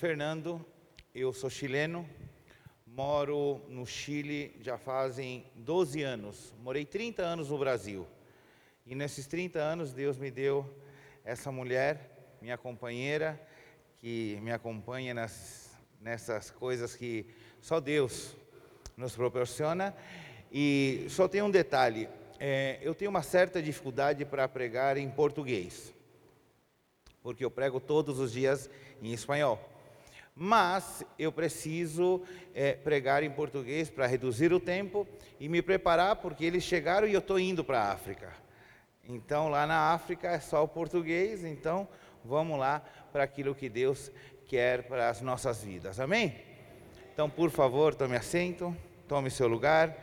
Fernando, eu sou chileno, moro no Chile já fazem 12 anos. Morei 30 anos no Brasil. E nesses 30 anos Deus me deu essa mulher, minha companheira, que me acompanha nessas coisas que só Deus nos proporciona. E só tem um detalhe, eu tenho uma certa dificuldade para pregar em português, porque eu prego todos os dias em espanhol. Mas eu preciso pregar em português para reduzir o tempo e me preparar, porque eles chegaram e eu estou indo para a África. Então lá na África é só o português, então vamos lá para aquilo que Deus quer para as nossas vidas, amém? Então por favor, tome assento, tome seu lugar.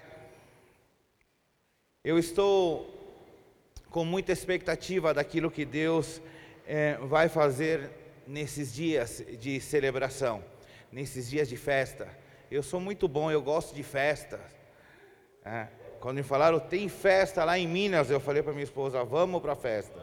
Eu estou com muita expectativa daquilo que Deus vai fazer nesses dias de celebração, nesses dias de festa. Eu sou muito bom, eu gosto de festa. Quando me falaram, tem festa lá em Minas, eu falei para minha esposa, vamos para a festa.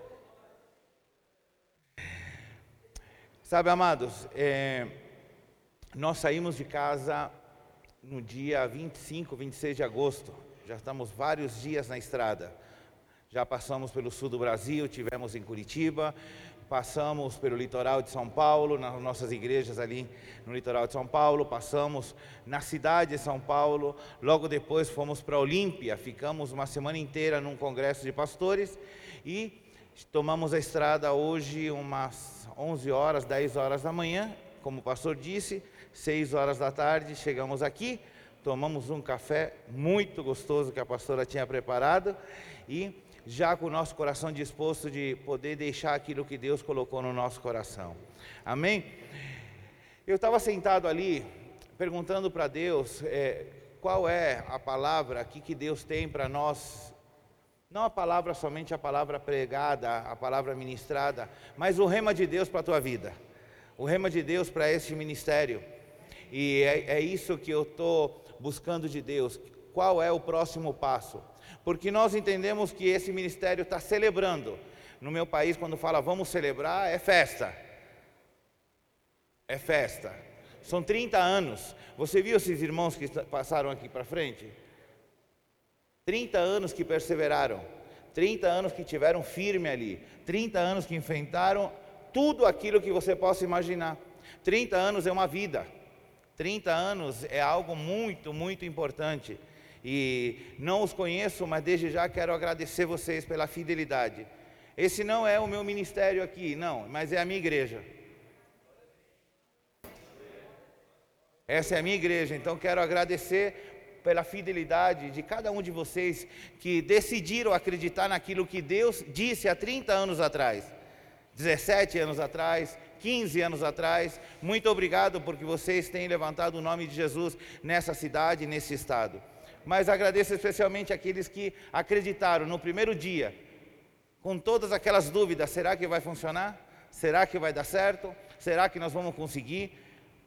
Sabe, amados, nós saímos de casa no dia 25, 26 de agosto. Já estamos vários dias na estrada. Já passamos pelo sul do Brasil, tivemos em Curitiba, passamos pelo litoral de São Paulo, nas nossas igrejas ali no litoral de São Paulo, passamos na cidade de São Paulo, logo depois fomos para Olímpia, ficamos uma semana inteira num congresso de pastores e tomamos a estrada hoje umas 11 horas, 10 horas da manhã, como o pastor disse, 6 horas da tarde chegamos aqui, tomamos um café muito gostoso que a pastora tinha preparado e já com o nosso coração disposto de poder deixar aquilo que Deus colocou no nosso coração. Amém? Eu estava sentado ali, perguntando para Deus qual é a palavra que Deus tem para nós. Não a palavra somente a palavra pregada, a palavra ministrada, mas o rema de Deus para a tua vida. O rema de Deus para este ministério. E é isso que eu estou buscando de Deus. Qual é o próximo passo? Porque nós entendemos que esse ministério está celebrando. No meu país, quando fala vamos celebrar, é festa. É festa. São 30 anos. Você viu esses irmãos que passaram aqui para frente? 30 anos que perseveraram. 30 anos que tiveram firme ali. 30 anos que enfrentaram tudo aquilo que você possa imaginar. 30 anos é uma vida. 30 anos é algo muito, muito importante. E não os conheço, mas desde já quero agradecer vocês pela fidelidade. Esse não é o meu ministério aqui, não, mas é a minha igreja. Essa é a minha igreja, então quero agradecer pela fidelidade de cada um de vocês que decidiram acreditar naquilo que Deus disse há 30 anos atrás, 17 anos atrás, 15 anos atrás. Muito obrigado porque vocês têm levantado o nome de Jesus nessa cidade, nesse estado. Mas agradeço especialmente aqueles que acreditaram no primeiro dia, com todas aquelas dúvidas, será que vai funcionar? Será que vai dar certo? Será que nós vamos conseguir?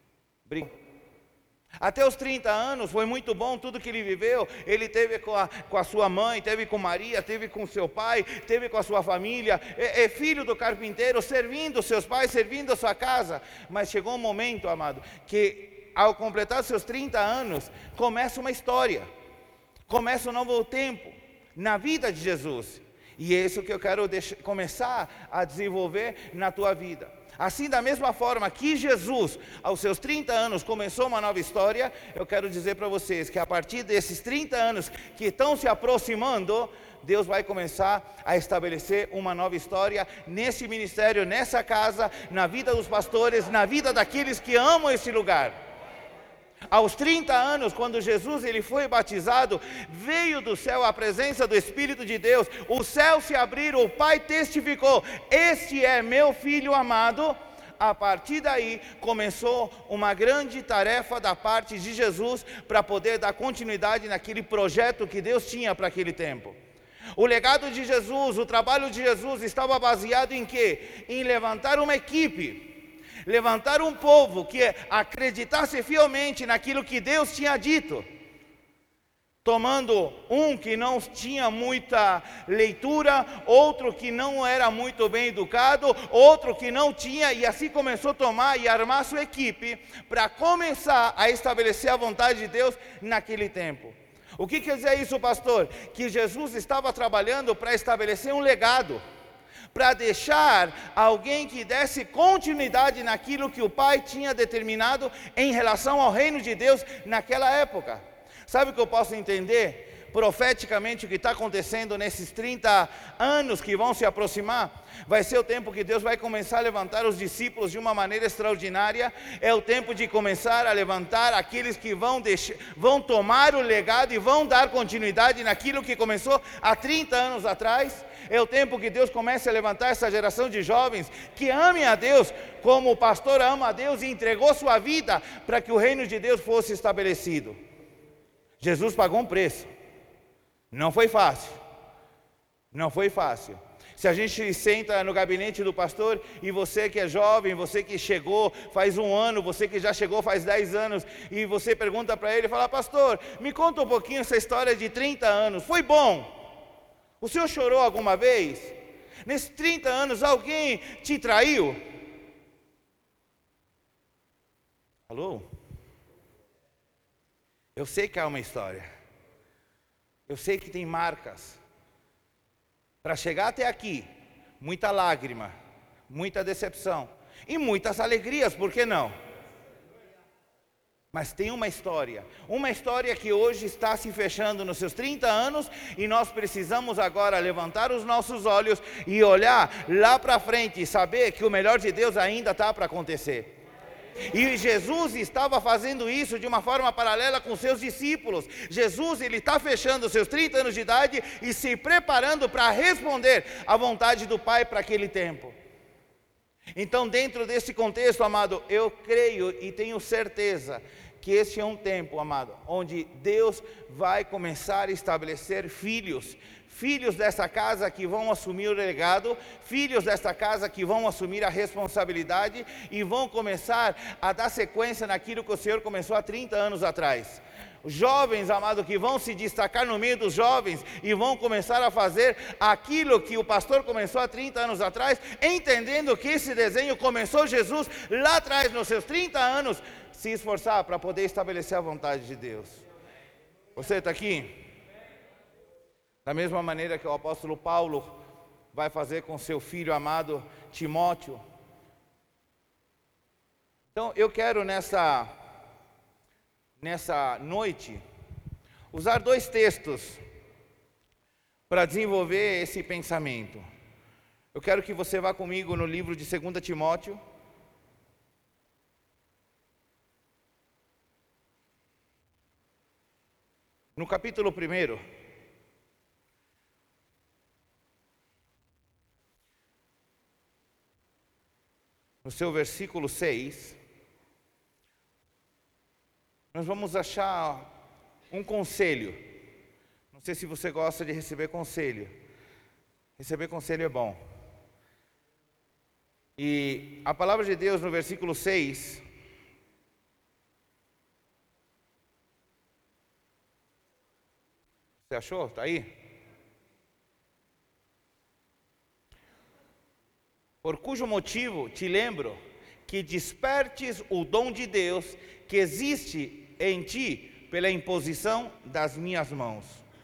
Até os 30 anos foi muito bom tudo que ele viveu. Ele teve com a sua mãe, teve com Maria, teve com seu pai, teve com a sua família, é filho do carpinteiro, servindo seus pais, servindo a sua casa. Mas chegou um momento, amado, que ao completar seus 30 anos, começa uma história. Começa um novo tempo na vida de Jesus. E é isso que eu quero começar a desenvolver na tua vida. Assim, da mesma forma que Jesus, aos seus 30 anos, começou uma nova história, eu quero dizer para vocês que a partir desses 30 anos que estão se aproximando, Deus vai começar a estabelecer uma nova história nesse ministério, nessa casa, na vida dos pastores, na vida daqueles que amam esse lugar. Aos 30 anos, quando Jesus ele foi batizado, veio do céu a presença do Espírito de Deus, os céus se abriram, o Pai testificou, este é meu Filho amado. A partir daí, começou uma grande tarefa da parte de Jesus, para poder dar continuidade naquele projeto que Deus tinha para aquele tempo. O legado de Jesus, o trabalho de Jesus estava baseado em quê? Em levantar uma equipe, levantar um povo que acreditasse fielmente naquilo que Deus tinha dito. tomando um que não tinha muita leitura, outro que não era muito bem educado, outro que não tinha, e assim começou a tomar e armar sua equipe para começar a estabelecer a vontade de Deus naquele tempo. O que quer dizer isso, pastor? Que Jesus estava trabalhando para estabelecer um legado, para deixar alguém que desse continuidade naquilo que o Pai tinha determinado em relação ao reino de Deus naquela época. Sabe o que eu posso entender profeticamente o que está acontecendo nesses 30 anos que vão se aproximar? Vai ser o tempo que Deus vai começar a levantar os discípulos de uma maneira extraordinária. É o tempo de começar a levantar aqueles que vão tomar o legado e vão dar continuidade naquilo que começou há 30 anos atrás. É o tempo que Deus comece a levantar essa geração de jovens que amem a Deus como o pastor ama a Deus e entregou sua vida para que o reino de Deus fosse estabelecido. Jesus pagou um preço. Não foi fácil. Não foi fácil. Se a gente senta no gabinete do pastor e você que é jovem, você que chegou faz 1 ano, você que já chegou faz 10 anos, e você pergunta para ele, fala, pastor, me conta um pouquinho essa história de 30 anos, foi bom? O senhor chorou alguma vez? Nesses 30 anos alguém te traiu? Alô? Eu sei que há uma história, eu sei que tem marcas. Para chegar até aqui, muita lágrima, muita decepção e muitas alegrias, por que não? Mas tem uma história que hoje está se fechando nos seus 30 anos e nós precisamos agora levantar os nossos olhos e olhar lá para frente e saber que o melhor de Deus ainda está para acontecer. E Jesus estava fazendo isso de uma forma paralela com seus discípulos. Jesus, ele está fechando os seus 30 anos de idade e se preparando para responder à vontade do Pai para aquele tempo. Então, dentro desse contexto, amado, eu creio e tenho certeza que este é um tempo, amado, onde Deus vai começar a estabelecer filhos dessa casa que vão assumir o legado, filhos dessa casa que vão assumir a responsabilidade e vão começar a dar sequência naquilo que o Senhor começou há 30 anos atrás. Jovens, amado, que vão se destacar no meio dos jovens e vão começar a fazer aquilo que o pastor começou há 30 anos atrás, entendendo que esse desenho começou Jesus lá atrás, nos seus 30 anos, se esforçar para poder estabelecer a vontade de Deus. Você está aqui? Da mesma maneira que o apóstolo Paulo vai fazer com seu filho amado Timóteo. Então eu quero nessa noite usar 2 textos para desenvolver esse pensamento. Eu quero que você vá comigo no livro de 2 Timóteo. No capítulo 1. No seu versículo 6, nós vamos achar um conselho. Não sei se você gosta de receber conselho. Receber conselho é bom. E a palavra de Deus no versículo 6, você achou? Está aí? Por cujo motivo te lembro que despertes o dom de Deus que existe em ti pela imposição das minhas mãos.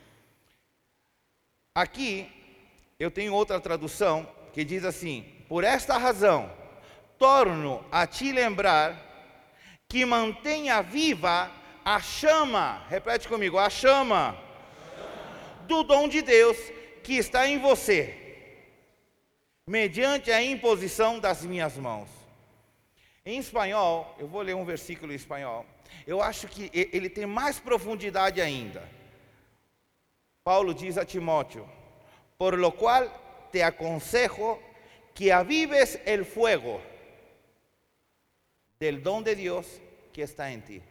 Aqui eu tenho outra tradução que diz assim: por esta razão torno a te lembrar que mantenha viva a chama, repete comigo, a chama do dom de Deus que está em você, mediante a imposição das minhas mãos. Em espanhol, eu vou ler um versículo em espanhol, eu acho que ele tem mais profundidade ainda. Paulo diz a Timóteo: por lo cual te aconsejo que avives el fuego del don de Dios que está en ti.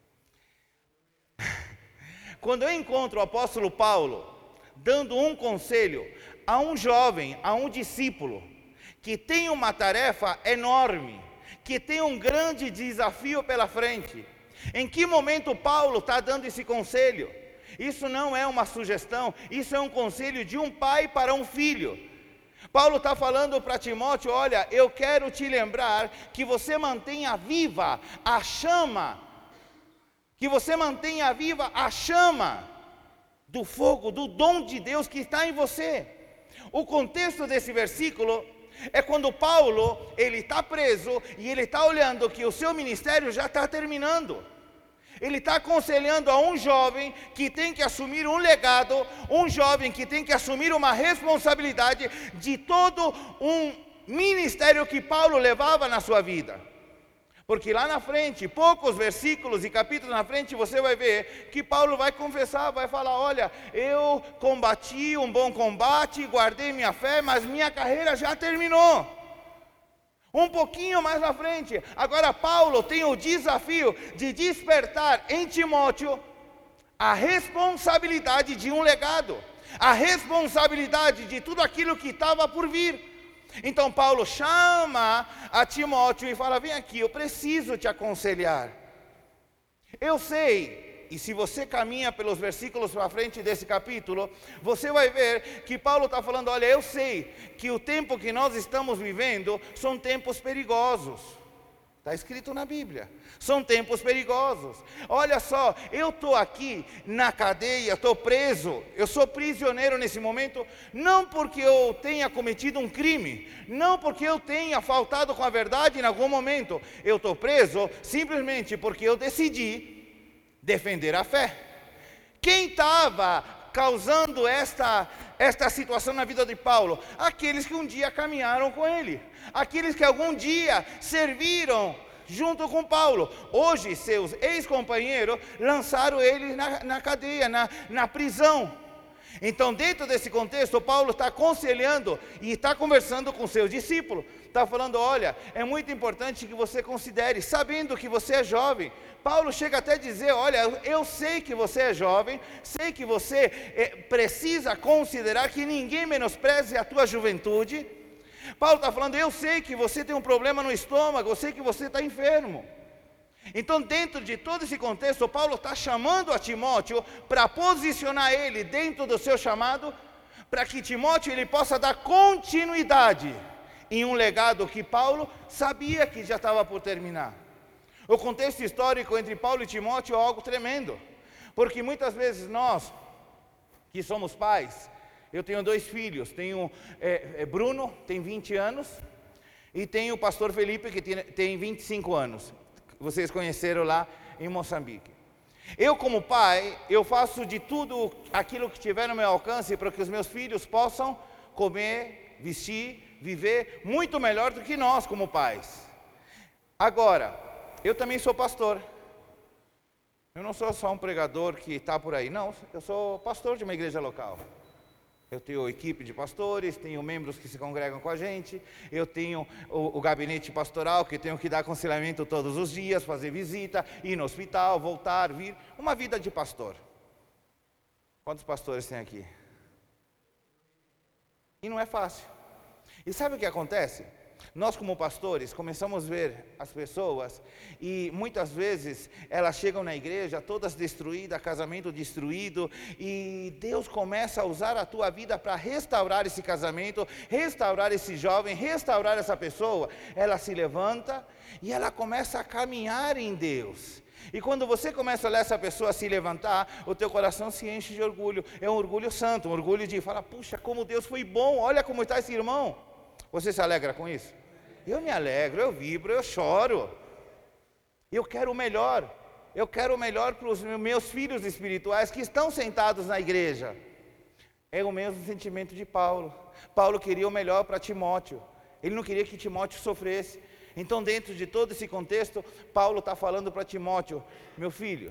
Quando eu encontro o apóstolo Paulo dando um conselho a um jovem, a um discípulo, que tem uma tarefa enorme, que tem um grande desafio pela frente, em que momento Paulo está dando esse conselho? Isso não é uma sugestão, isso é um conselho de um pai para um filho. Paulo está falando para Timóteo: olha, eu quero te lembrar que você mantenha viva a chama, do fogo, do dom de Deus que está em você. O contexto desse versículo é quando Paulo, ele está preso e ele está olhando que o seu ministério já está terminando. Ele está aconselhando a um jovem que tem que assumir um legado, um jovem que tem que assumir uma responsabilidade de todo um ministério que Paulo levava na sua vida. Porque lá na frente, poucos versículos e capítulos na frente, você vai ver que Paulo vai confessar, vai falar: olha, eu combati um bom combate, guardei minha fé, mas minha carreira já terminou. Um pouquinho mais na frente, agora Paulo tem o desafio de despertar em Timóteo a responsabilidade de um legado, a responsabilidade de tudo aquilo que estava por vir. Então Paulo chama a Timóteo e fala: vem aqui, eu preciso te aconselhar. Eu sei, e se você caminha pelos versículos para frente desse capítulo, você vai ver que Paulo está falando: olha, eu sei que o tempo que nós estamos vivendo são tempos perigosos. Está escrito na Bíblia, são tempos perigosos. Olha só, eu estou aqui na cadeia, estou preso, eu sou prisioneiro nesse momento, não porque eu tenha cometido um crime, não porque eu tenha faltado com a verdade em algum momento. Eu estou preso simplesmente porque eu decidi defender a fé. Quem estava causando esta situação na vida de Paulo? Aqueles que um dia caminharam com ele, aqueles que algum dia serviram junto com Paulo. Hoje seus ex-companheiros lançaram ele na cadeia, na prisão. Então, dentro desse contexto, Paulo está aconselhando e está conversando com seus discípulos. Está falando: olha, é muito importante que você considere, sabendo que você é jovem. Paulo chega até a dizer: olha, eu sei que você é jovem, sei que você precisa considerar que ninguém menospreze a tua juventude. Paulo está falando: eu sei que você tem um problema no estômago, eu sei que você está enfermo. Então, dentro de todo esse contexto, Paulo está chamando a Timóteo para posicionar ele dentro do seu chamado, para que Timóteo ele possa dar continuidade em um legado que Paulo sabia que já estava por terminar. O contexto histórico entre Paulo e Timóteo é algo tremendo, porque muitas vezes nós, que somos pais, eu tenho 2 filhos, tenho Bruno, tem 20 anos, e tenho o pastor Felipe, que tem 25 anos. Vocês conheceram lá em Moçambique. Eu, como pai, eu faço de tudo aquilo que tiver no meu alcance para que os meus filhos possam comer, vestir, viver muito melhor do que nós como pais. Agora, eu também sou pastor. Eu não sou só um pregador que está por aí, não. Eu sou pastor de uma igreja local. Eu tenho equipe de pastores, tenho membros que se congregam com a gente, eu tenho o gabinete pastoral, que tenho que dar aconselhamento todos os dias, fazer visita, ir no hospital, voltar, vir. Uma vida de pastor. Quantos pastores tem aqui? E não é fácil. E sabe o que acontece? Nós, como pastores, começamos a ver as pessoas e muitas vezes elas chegam na igreja todas destruídas, casamento destruído, e Deus começa a usar a tua vida para restaurar esse casamento, restaurar esse jovem, restaurar essa pessoa. Ela se levanta e ela começa a caminhar em Deus. E quando você começa a olhar essa pessoa se levantar, o teu coração se enche de orgulho. É um orgulho santo, um orgulho de falar: puxa, como Deus foi bom, olha como está esse irmão. Você se alegra com isso? Eu me alegro, eu vibro, eu choro. Eu quero o melhor. Eu quero o melhor para os meus filhos espirituais que estão sentados na igreja. É o mesmo sentimento de Paulo. Paulo queria o melhor para Timóteo. Ele não queria que Timóteo sofresse. Então, dentro de todo esse contexto, Paulo está falando para Timóteo: meu filho,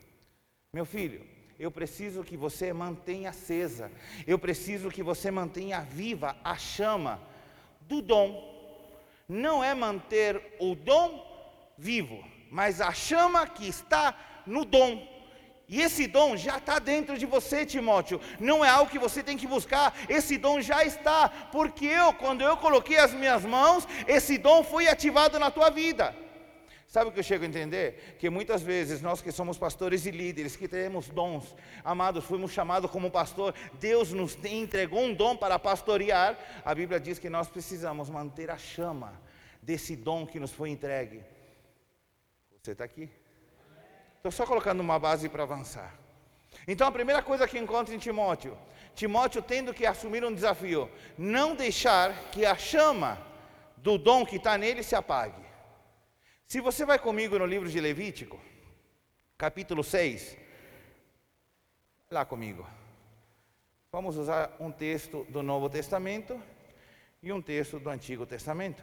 eu preciso que você mantenha acesa. Eu preciso que você mantenha viva a chama do dom. Não é manter o dom vivo, mas a chama que está no dom. E esse dom já está dentro de você, Timóteo. Não é algo que você tem que buscar. Esse dom já está, porque quando eu coloquei as minhas mãos, esse dom foi ativado na tua vida. Sabe o que eu chego a entender? Que muitas vezes nós que somos pastores e líderes, que temos dons, amados, fomos chamados como pastor, Deus nos entregou um dom para pastorear. A Bíblia diz que nós precisamos manter a chama desse dom que nos foi entregue. Você está aqui? Estou só colocando uma base para avançar. Então a primeira coisa que encontro em Timóteo, Timóteo tendo que assumir um desafio, não deixar que a chama do dom que está nele se apague. Se você vai comigo no livro de Levítico, capítulo 6, lá comigo. Vamos usar um texto do Novo Testamento e um texto do Antigo Testamento.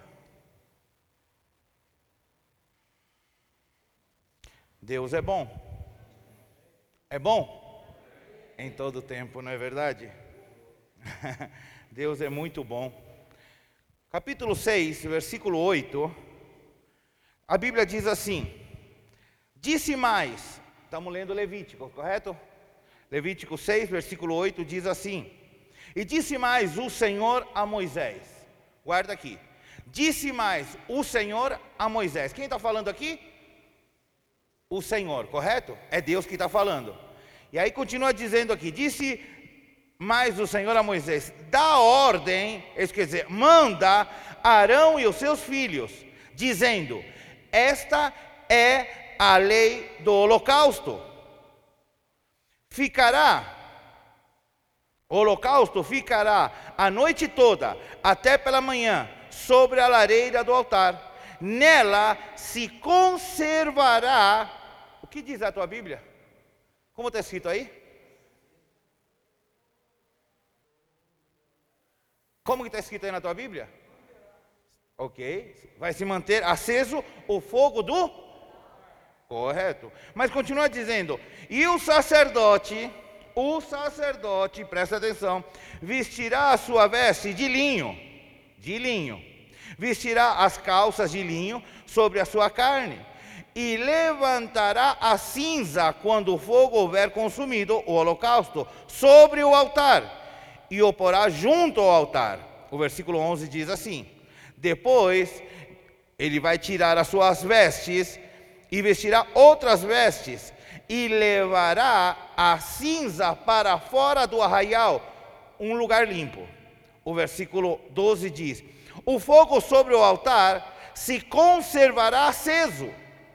Deus é bom. É bom? Em todo tempo, não é verdade? Deus é muito bom. Capítulo 6, versículo 8. A Bíblia diz assim: disse mais, estamos lendo Levítico, correto? Levítico 6, versículo 8 diz assim: e disse mais o Senhor a Moisés, guarda aqui, disse mais o Senhor a Moisés. Quem está falando aqui? O Senhor, correto? É Deus que está falando. E aí continua dizendo aqui: disse mais o Senhor a Moisés, dá ordem, isso quer dizer, manda Arão e os seus filhos, dizendo: esta é a lei do holocausto. O holocausto ficará a noite toda, até pela manhã, sobre a lareira do altar. Nela se conservará. O que diz a tua Bíblia? Como está escrito aí? Como que está escrito aí na tua Bíblia? Ok, vai se manter aceso o fogo do... Correto, mas continua dizendo: e o sacerdote, presta atenção, vestirá a sua veste de linho, vestirá as calças de linho sobre a sua carne, e levantará a cinza quando o fogo houver consumido o holocausto sobre o altar, e o porá junto ao altar. O versículo 11 diz assim: depois ele vai tirar as suas vestes e vestirá outras vestes, e levará a cinza para fora do arraial, um lugar limpo. O versículo 12 diz: o fogo sobre o altar se conservará aceso,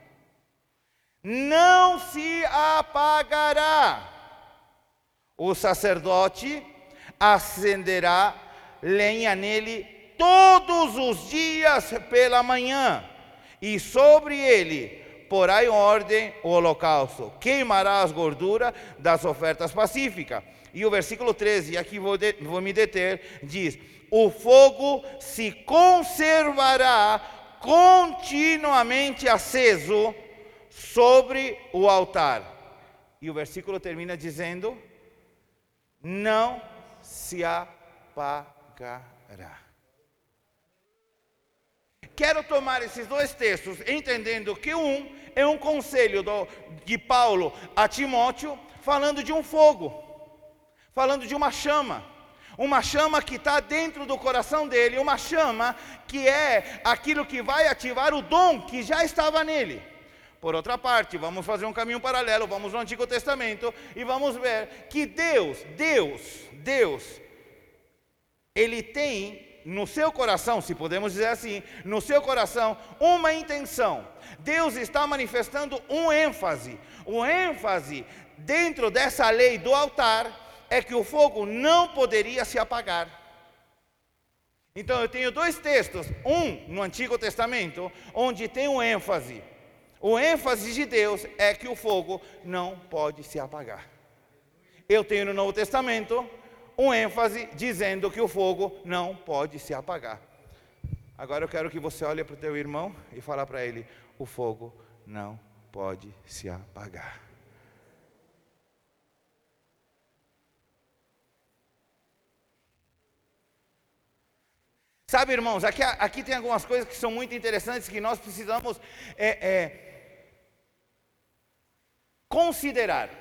não se apagará. O sacerdote acenderá lenha nele todos os dias pela manhã, e sobre ele porá em ordem o holocausto, queimará as gorduras das ofertas pacíficas. E o versículo 13, e aqui vou me deter, diz: o fogo se conservará continuamente aceso sobre o altar. E o versículo termina dizendo: não se apagará. Quero tomar esses dois textos, entendendo que um é um conselho de Paulo a Timóteo, falando de um fogo, falando de uma chama que está dentro do coração dele, uma chama que é aquilo que vai ativar o dom que já estava nele. Por outra parte, vamos fazer um caminho paralelo, vamos no Antigo Testamento e vamos ver que Deus, Ele tem no seu coração, se podemos dizer assim, no seu coração, uma intenção. Deus está manifestando um ênfase. O ênfase dentro dessa lei do altar é que o fogo não poderia se apagar. Então eu tenho dois textos, um no Antigo Testamento, onde tem um ênfase. O ênfase de Deus é que o fogo não pode se apagar. Eu tenho no Novo Testamento um ênfase dizendo que o fogo não pode se apagar. Agora eu quero que você olhe para o teu irmão e fale para ele: o fogo não pode se apagar. Sabe, irmãos, aqui tem algumas coisas que são muito interessantes que nós precisamos considerar.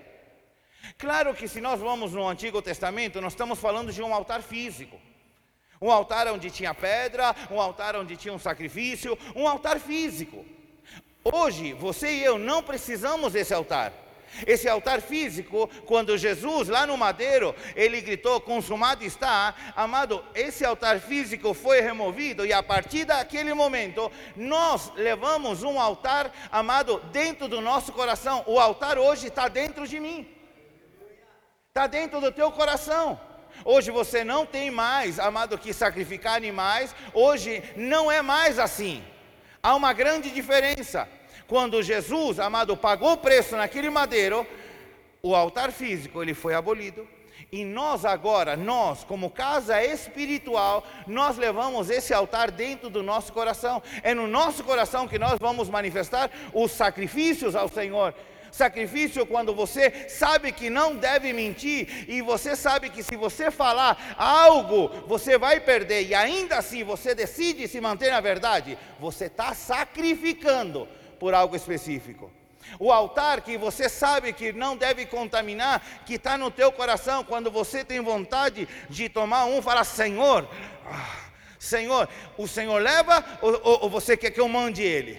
Claro que se nós vamos no Antigo Testamento, nós estamos falando de um altar físico. Um altar onde tinha pedra, um altar onde tinha um sacrifício, um altar físico. Hoje, você e eu não precisamos desse altar. Esse altar físico, quando Jesus lá no madeiro, ele gritou, consumado está, amado, esse altar físico foi removido e a partir daquele momento, nós levamos um altar, amado, dentro do nosso coração. O altar hoje está dentro de mim, está dentro do teu coração. Hoje você não tem mais, amado, que sacrificar animais, hoje não é mais assim. Há uma grande diferença. Quando Jesus, amado, pagou o preço naquele madeiro, o altar físico ele foi abolido. E nós agora, nós como casa espiritual, nós levamos esse altar dentro do nosso coração. É no nosso coração que nós vamos manifestar os sacrifícios ao Senhor. Sacrifício quando você sabe que não deve mentir, e você sabe que se você falar algo, você vai perder, e ainda assim você decide se manter na verdade, você está sacrificando por algo específico. O altar que você sabe que não deve contaminar, que está no teu coração, quando você tem vontade de tomar fala, Senhor, Senhor, o Senhor leva ou você quer que eu mande ele?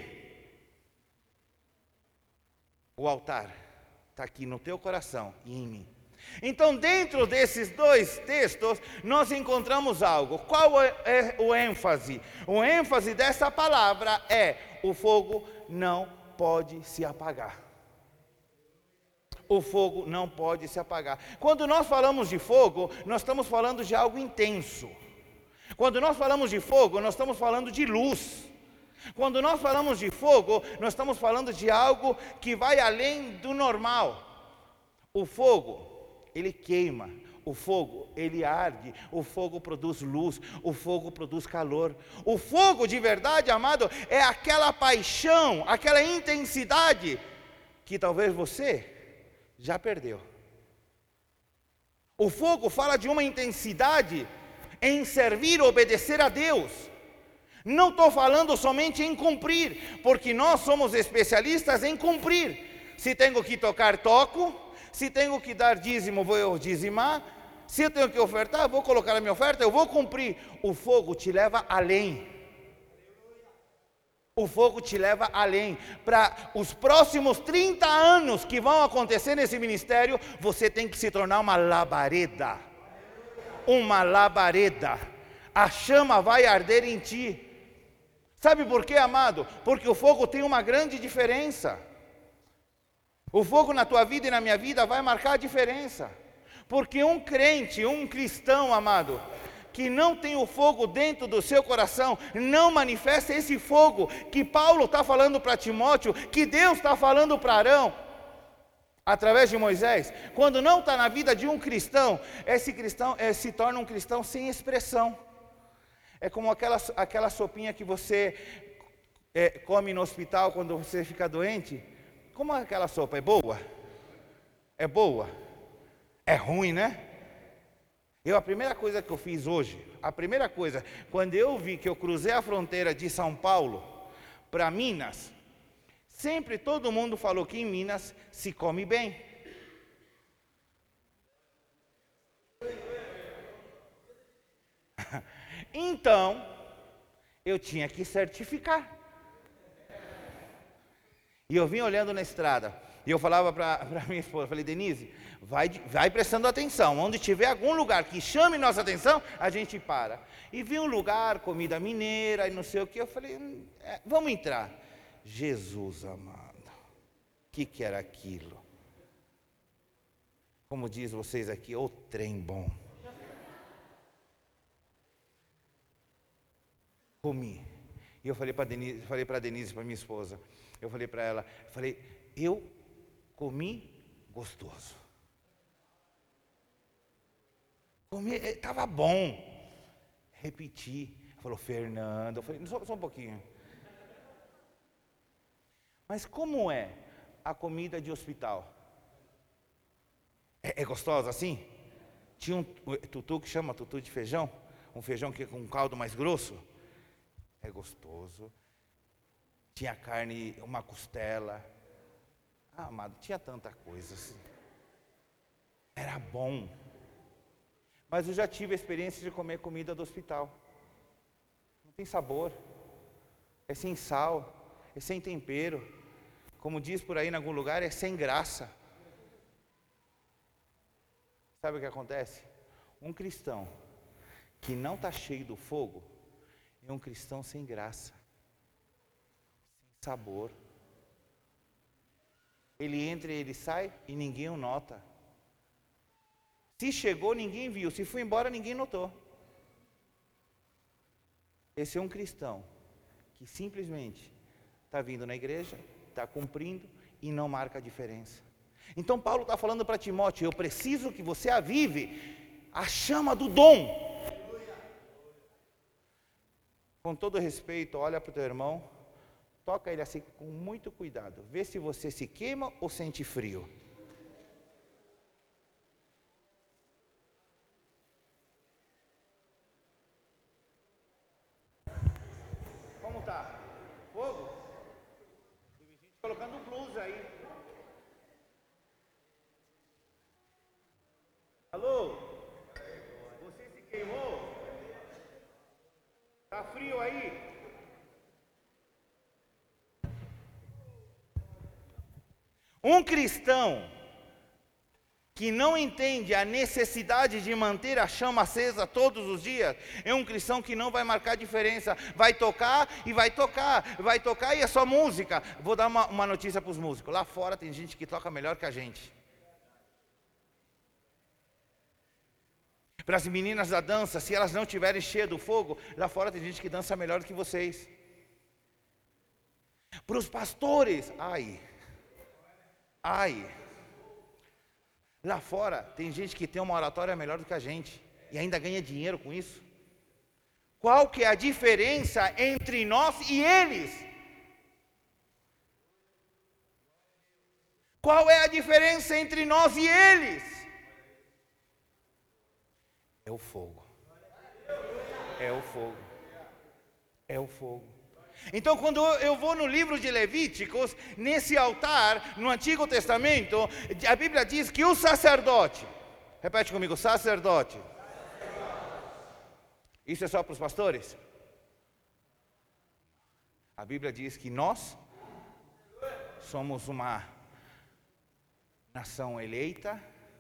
O altar está aqui no teu coração e em mim. Então, dentro desses dois textos, nós encontramos algo. Qual é o ênfase? O ênfase dessa palavra é: o fogo não pode se apagar. O fogo não pode se apagar. Quando nós falamos de fogo, nós estamos falando de algo intenso. Quando nós falamos de fogo, nós estamos falando de luz. Quando nós falamos de fogo, nós estamos falando de algo que vai além do normal. O fogo, ele queima. O fogo, ele arde. O fogo produz luz. O fogo produz calor. O fogo de verdade, amado, é aquela paixão, aquela intensidade que talvez você já perdeu. O fogo fala de uma intensidade em servir, obedecer a Deus. Não estou falando somente em cumprir, porque nós somos especialistas em cumprir. Se tenho que tocar, toco. Se tenho que dar dízimo, vou dizimar. Se eu tenho que ofertar, vou colocar a minha oferta, eu vou cumprir. O fogo te leva além. O fogo te leva além. Para os próximos 30 anos que vão acontecer nesse ministério, você tem que se tornar uma labareda. Uma labareda. A chama vai arder em ti. Sabe por quê, amado? Porque o fogo tem uma grande diferença. O fogo na tua vida e na minha vida vai marcar a diferença. Porque um crente, um cristão, amado, que não tem o fogo dentro do seu coração, não manifesta esse fogo que Paulo está falando para Timóteo, que Deus está falando para Arão, através de Moisés. Quando não está na vida de um cristão, esse cristão se torna um cristão sem expressão. É como aquela sopinha que você come no hospital quando você fica doente. Como aquela sopa? É boa? É boa? É ruim, né? A primeira coisa que eu fiz hoje, quando eu vi que eu cruzei a fronteira de São Paulo para Minas, sempre todo mundo falou que em Minas se come bem. Então, eu tinha que certificar. E eu vim olhando na estrada, e eu falava para minha esposa, falei, Denise, vai prestando atenção, onde tiver algum lugar que chame nossa atenção, a gente para. E vi um lugar, comida mineira, e não sei o que, eu falei, vamos entrar. Jesus amado, o que era aquilo? Como diz vocês aqui, o trem bom. Comi. E eu falei para Denise, para minha esposa, eu falei para ela, eu comi gostoso. Comi, estava bom. Repeti. Falou, Fernando, eu falei, só um pouquinho. Mas como é a comida de hospital? É gostosa assim? Tinha um tutu que chama tutu de feijão, um feijão que é com um caldo mais grosso. É gostoso. Tinha carne, uma costela. Amado, tinha tanta coisa assim. Era bom. Mas eu já tive a experiência de comer comida do hospital. Não tem sabor, é sem sal, é sem tempero. Como diz por aí em algum lugar, é sem graça. Sabe o que acontece? Um cristão que não está cheio do fogo é um cristão sem graça, sem sabor. Ele entra e ele sai e ninguém o nota. Se chegou, ninguém viu. Se foi embora, ninguém notou. Esse é um cristão que simplesmente está vindo na igreja, está cumprindo e não marca a diferença. Então Paulo está falando para Timóteo: eu preciso que você avive a chama do dom. Com todo respeito, olha para o teu irmão, toca ele assim com muito cuidado, vê se você se queima ou sente frio. Como tá? Fogo? Tem gente colocando blusa aí. Alô? Você se queimou? Tá frio aí? Um cristão que não entende a necessidade de manter a chama acesa todos os dias, é um cristão que não vai marcar diferença. Vai tocar e vai tocar, vai tocar e é só música. Vou dar uma notícia para os músicos. Lá fora tem gente que toca melhor que a gente. Para as meninas da dança, se elas não estiverem cheias do fogo, lá fora tem gente que dança melhor do que vocês. Para os pastores, ai, lá fora tem gente que tem uma oratória melhor do que a gente e ainda ganha dinheiro com isso. Qual que é a diferença entre nós e eles? Qual é a diferença entre nós e eles? É o fogo. É o fogo. É o fogo. Então, quando eu vou no livro de Levíticos, nesse altar, no Antigo Testamento, a Bíblia diz que o sacerdote, repete comigo, sacerdote. Isso é só para os pastores? A Bíblia diz que nós somos uma nação eleita,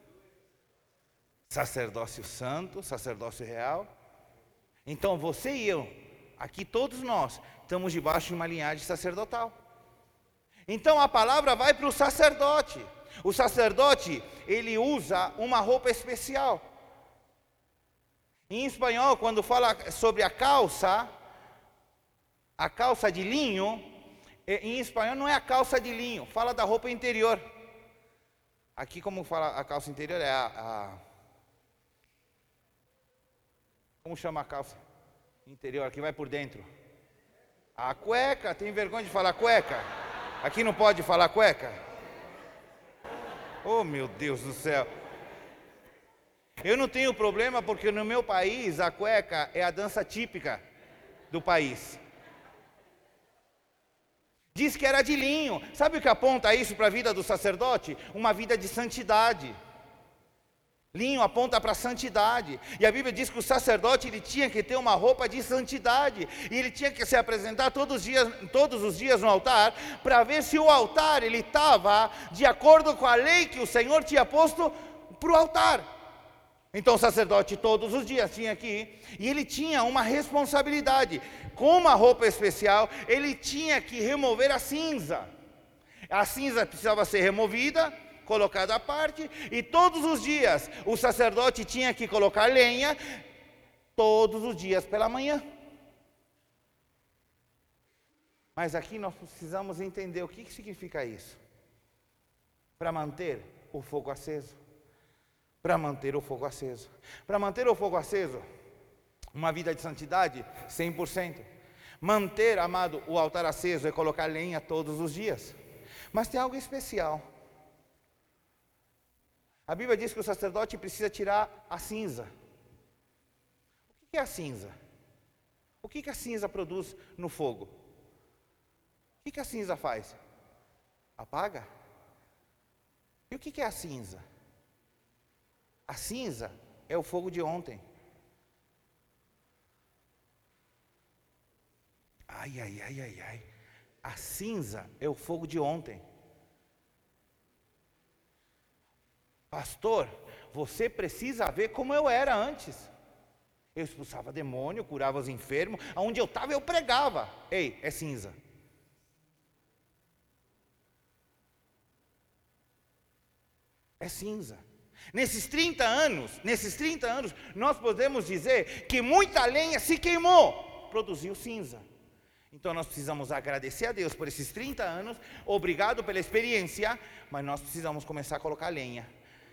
sacerdócio santo, sacerdócio real. Então você e eu, aqui todos nós, estamos debaixo de uma linhagem sacerdotal. Então a palavra vai para o sacerdote. O sacerdote, ele usa uma roupa especial. Em espanhol, quando fala sobre a calça de linho, em espanhol não é a calça de linho, fala da roupa interior. Aqui, como fala a calça interior, é como chama a calça interior, que vai por dentro? A cueca. Tem vergonha de falar cueca? Aqui não pode falar cueca? Oh, meu Deus do céu. Eu não tenho problema, porque no meu país a cueca é a dança típica do país. Diz que era de linho. Sabe o que aponta isso para a vida do sacerdote? Uma vida de santidade. Linho aponta para a santidade. E a Bíblia diz que o sacerdote, ele tinha que ter uma roupa de santidade. E ele tinha que se apresentar todos os dias no altar, para ver se o altar ele estava de acordo com a lei que o Senhor tinha posto para o altar. Então o sacerdote todos os dias tinha que ir, e ele tinha uma responsabilidade. Com uma roupa especial, ele tinha que remover a cinza. A cinza precisava ser removida, colocada à parte, e todos os dias o sacerdote tinha que colocar lenha, todos os dias pela manhã. Mas aqui nós precisamos entender o que significa isso. Para manter o fogo aceso. Para manter o fogo aceso. Para manter o fogo aceso, uma vida de santidade, 100%. Manter, amado, o altar aceso é colocar lenha todos os dias. Mas tem algo especial. A Bíblia diz que o sacerdote precisa tirar a cinza. O que é a cinza? O que a cinza produz no fogo? O que a cinza faz? Apaga? E o que é a cinza? A cinza é o fogo de ontem. Ai, ai, ai, ai, ai. A cinza é o fogo de ontem. Pastor, você precisa ver como eu era antes. Eu expulsava demônio, curava os enfermos. Onde eu estava, eu pregava. Ei, é cinza. É cinza. Nesses 30 anos, nós podemos dizer que muita lenha se queimou, produziu cinza. Então nós precisamos agradecer a Deus por esses 30 anos, obrigado pela experiência, mas nós precisamos começar a colocar lenha.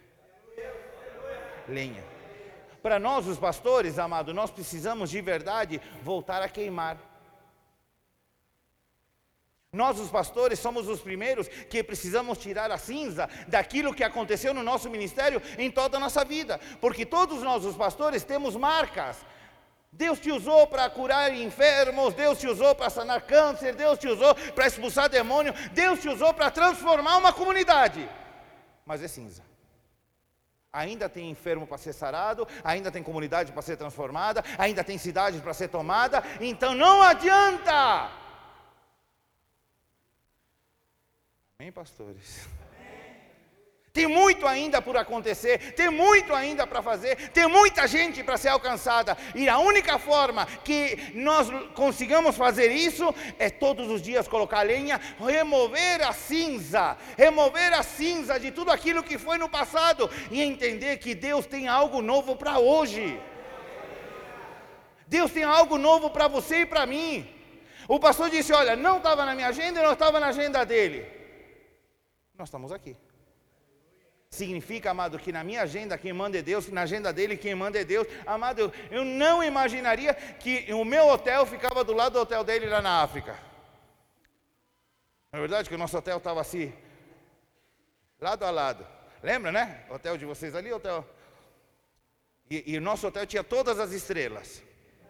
Lenha. Para nós os pastores, amado, nós precisamos de verdade voltar a queimar. Nós os pastores somos os primeiros que precisamos tirar a cinza daquilo que aconteceu no nosso ministério em toda a nossa vida. Porque todos nós os pastores temos marcas. Deus te usou para curar enfermos, Deus te usou para sanar câncer, Deus te usou para expulsar demônio, Deus te usou para transformar uma comunidade. Mas é cinza. Ainda tem enfermo para ser sarado, ainda tem comunidade para ser transformada, ainda tem cidade para ser tomada, então não adianta. Amém, pastores? Tem muito ainda por acontecer, tem muito ainda para fazer, tem muita gente para ser alcançada. E a única forma que nós consigamos fazer isso é todos os dias colocar lenha, remover a cinza de tudo aquilo que foi no passado e entender que Deus tem algo novo para hoje. Deus tem algo novo para você e para mim. O pastor disse, olha, não estava na minha agenda e não estava na agenda dele. Nós estamos aqui. Significa, amado, que na minha agenda quem manda é Deus, na agenda dele quem manda é Deus. Amado, eu não imaginaria que o meu hotel ficava do lado do hotel dele lá na África. Na verdade que o nosso hotel estava assim, lado a lado. Lembra, né? O hotel de vocês ali, hotel. E o nosso hotel tinha todas as estrelas.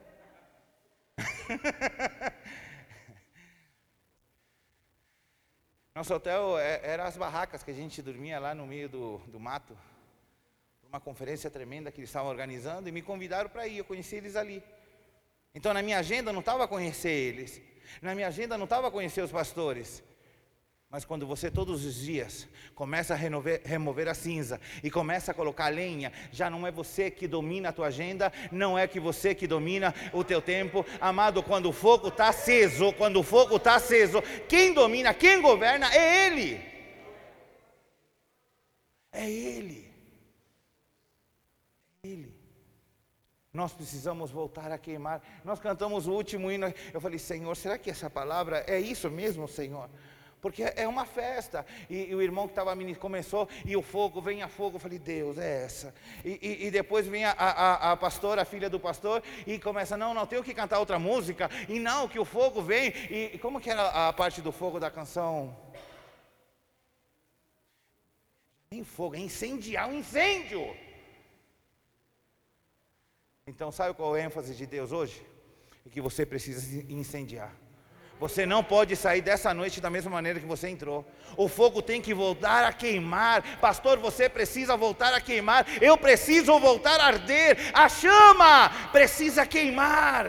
Nosso hotel era as barracas que a gente dormia lá no meio do mato. Uma conferência tremenda que eles estavam organizando e me convidaram para ir, eu conheci eles ali. Então na minha agenda não estava conhecer eles, na minha agenda não estava conhecer os pastores. Mas quando você todos os dias começa a remover a cinza e começa a colocar lenha, já não é você que domina a tua agenda, não é que você que domina o teu tempo. Amado, quando o fogo está aceso, quem domina, quem governa é Ele. É Ele. É Ele. Nós precisamos voltar a queimar. Nós cantamos o último hino, eu falei, Senhor, será que essa palavra é isso mesmo, Senhor? Porque é uma festa, e o irmão que estava começou, e o fogo, vem a fogo, eu falei, Deus, é essa. E depois vem a pastora, a filha do pastor, e começa, não, tenho que cantar outra música, e não, que o fogo vem, e como que era a parte do fogo da canção? Nem fogo, é incendiar um incêndio. Então sabe qual é a ênfase de Deus hoje? É que você precisa incendiar. Você não pode sair dessa noite da mesma maneira que você entrou. O fogo tem que voltar a queimar. Pastor, você precisa voltar a queimar. Eu preciso voltar a arder. A chama precisa queimar.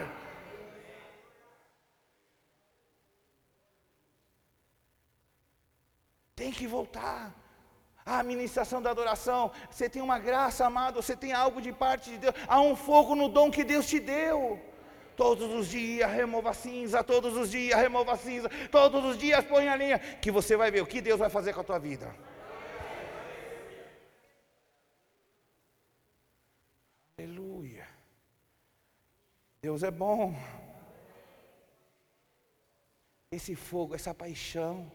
Tem que voltar. A administração da adoração. Você tem uma graça, amado. Você tem algo de parte de Deus. Há um fogo no dom que Deus te deu. Todos os dias remova a cinza, todos os dias remova a cinza, todos os dias põe a linha, que você vai ver o que Deus vai fazer com a tua vida. Aleluia. Deus é bom. Esse fogo, essa paixão,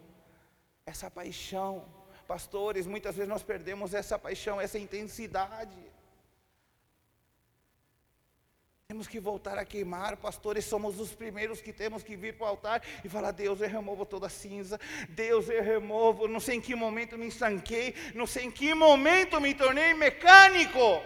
pastores, muitas vezes nós perdemos essa paixão, essa intensidade. Temos que voltar a queimar, pastores, somos os primeiros que temos que vir para o altar e falar, Deus, eu removo toda a cinza, Deus, eu removo, não sei em que momento me estanquei, não sei em que momento me tornei mecânico. Eu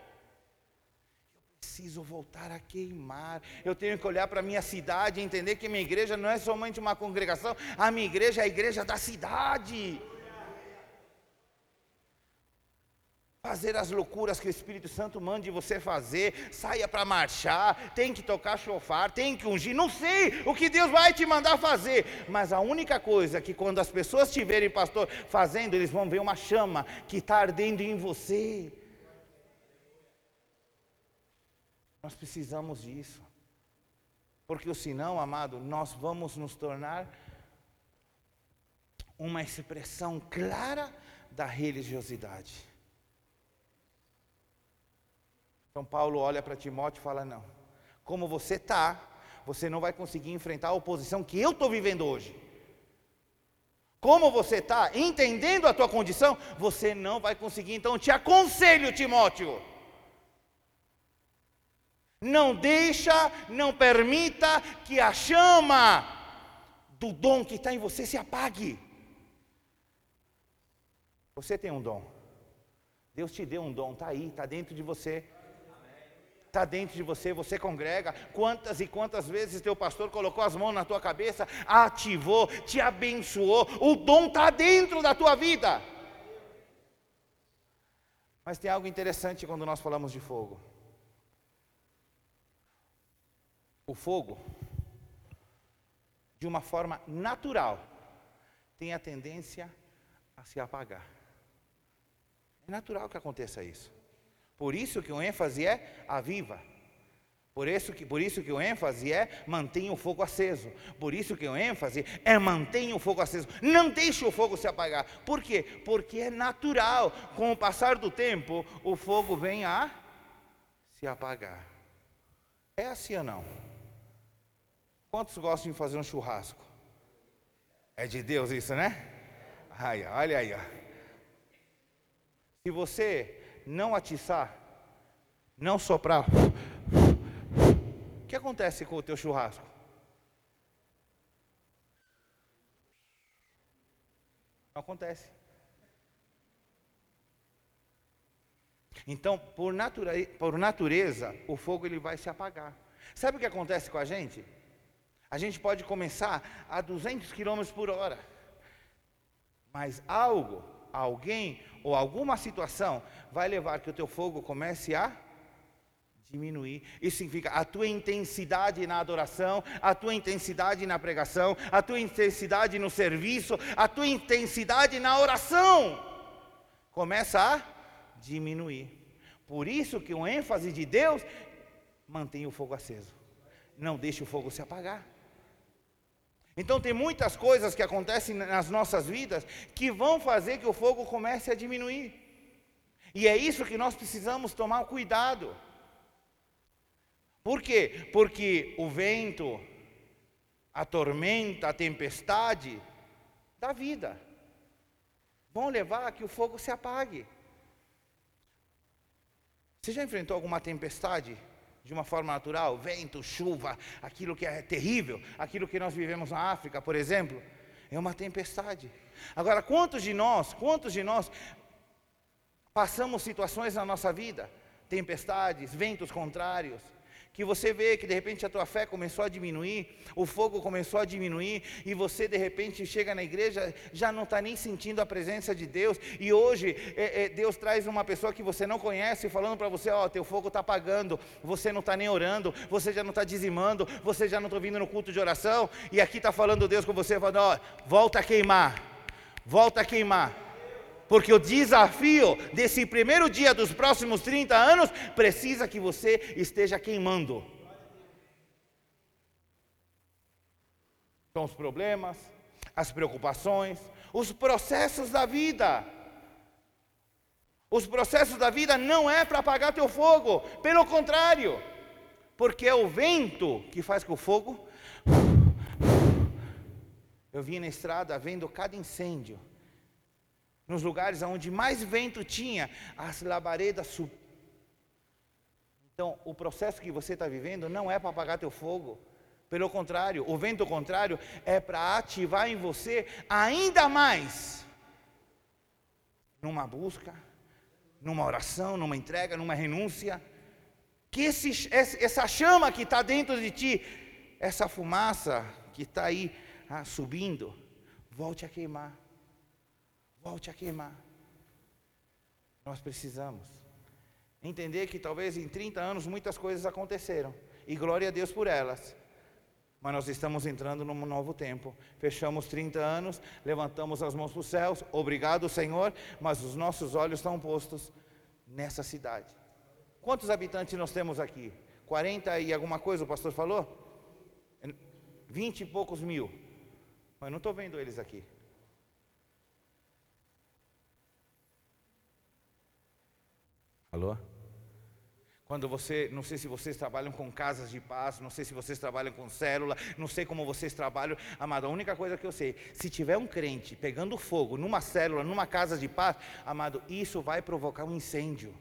preciso voltar a queimar, eu tenho que olhar para a minha cidade e entender que minha igreja não é somente uma congregação, a minha igreja é a igreja da cidade. fazer as loucuras que o Espírito Santo mande você fazer, saia para marchar, tem que tocar chofar, tem que ungir, não sei o que Deus vai te mandar fazer, mas a única coisa é que quando as pessoas te verem, pastor, fazendo, eles vão ver uma chama que está ardendo em você. Nós precisamos disso, porque senão, amado, nós vamos nos tornar uma expressão clara da religiosidade. Então Paulo olha para Timóteo e fala, não, como você está, você não vai conseguir enfrentar a oposição que eu estou vivendo hoje. Como você está, entendendo a tua condição, você não vai conseguir. Então eu te aconselho, Timóteo, não permita que a chama do dom que está em você se apague. Você tem um dom, Deus te deu um dom, está aí, está dentro de você. Está dentro de você, você congrega. Quantas e quantas vezes teu pastor colocou as mãos na tua cabeça, ativou, te abençoou, o dom está dentro da tua vida. Mas tem algo interessante quando nós falamos de fogo. O fogo, de uma forma natural, tem a tendência a se apagar. É natural que aconteça isso. Por isso que o ênfase é aviva. Por isso que o ênfase é mantenha o fogo aceso. Por isso que o ênfase é mantenha o fogo aceso. Não deixe o fogo se apagar. Por quê? Porque é natural. Com o passar do tempo, o fogo vem a se apagar. É assim ou não? Quantos gostam de fazer um churrasco? É de Deus isso, né? Ai, olha aí, ó. Se você não atiçar, não soprar, o que acontece com o teu churrasco? Não acontece. Então, por natureza, o fogo ele vai se apagar. Sabe o que acontece com a gente? A gente pode começar a 200 km por hora, mas alguém ou alguma situação vai levar que o teu fogo comece a diminuir. Isso significa a tua intensidade na adoração, a tua intensidade na pregação, a tua intensidade no serviço, a tua intensidade na oração começa a diminuir. Por isso que o ênfase de Deus mantém o fogo aceso. Não deixe o fogo se apagar. Então tem muitas coisas que acontecem nas nossas vidas que vão fazer que o fogo comece a diminuir. E é isso que nós precisamos tomar cuidado. Por quê? Porque o vento, a tormenta, a tempestade da vida vão levar a que o fogo se apague. Você já enfrentou alguma tempestade? De uma forma natural, vento, chuva, aquilo que é terrível, aquilo que nós vivemos na África, por exemplo, é uma tempestade. Agora, quantos de nós passamos situações na nossa vida, tempestades, ventos contrários, que você vê que de repente a tua fé começou a diminuir, o fogo começou a diminuir, e você de repente chega na igreja, já não está nem sentindo a presença de Deus, e hoje Deus traz uma pessoa que você não conhece, falando para você, ó, teu fogo está apagando, você não está nem orando, você já não está dizimando, você já não está vindo no culto de oração, e aqui está falando Deus com você, falando, ó, volta a queimar, porque o desafio desse primeiro dia dos próximos 30 anos precisa que você esteja queimando. São os problemas, as preocupações, os processos da vida. Os processos da vida não é para apagar teu fogo, pelo contrário, porque é o vento que faz com o fogo. Eu vinha na estrada vendo cada incêndio. Nos lugares onde mais vento tinha, as labaredas subiam. Então, o processo que você está vivendo não é para apagar teu fogo. Pelo contrário, o vento contrário é para ativar em você ainda mais. Numa busca, numa oração, numa entrega, numa renúncia. Que essa chama que está dentro de ti, essa fumaça que está aí subindo, volte a queimar. Volte a queimar. Nós precisamos entender que talvez em 30 anos muitas coisas aconteceram, e glória a Deus por elas. Mas nós estamos entrando num novo tempo. Fechamos 30 anos, levantamos as mãos para os céus, obrigado Senhor, mas os nossos olhos estão postos nessa cidade. Quantos habitantes nós temos aqui? 40 e alguma coisa o pastor falou? 20 e poucos mil. Mas não estou vendo eles aqui. Alô? Quando você, não sei se vocês trabalham com casas de paz, não sei se vocês trabalham com célula, não sei como vocês trabalham, amado, a única coisa que eu sei, se tiver um crente pegando fogo numa célula, numa casa de paz, amado, isso vai provocar um incêndio.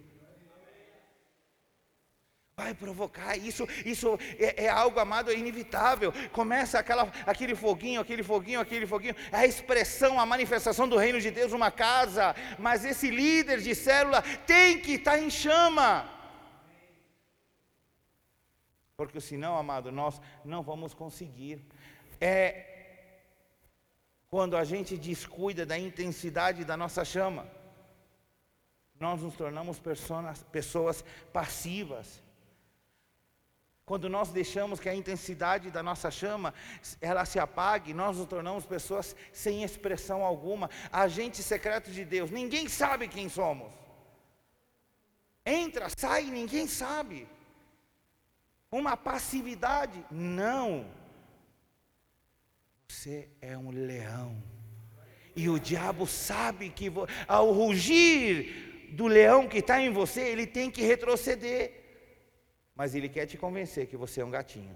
Vai provocar, isso é algo, amado, é inevitável. Começa aquele foguinho, é a expressão, a manifestação do reino de Deus numa casa, mas esse líder de célula tem que estar em chama. Porque senão, amado, nós não vamos conseguir. Quando a gente descuida da intensidade da nossa chama, nós nos tornamos pessoas passivas. Quando nós deixamos que a intensidade da nossa chama, ela se apague, nós nos tornamos pessoas sem expressão alguma, agentes secretos de Deus. Ninguém sabe quem somos. Entra, sai, ninguém sabe. Uma passividade? Não. Você é um leão. E o diabo sabe que ao rugir do leão que está em você, ele tem que retroceder. Mas ele quer te convencer que você é um gatinho.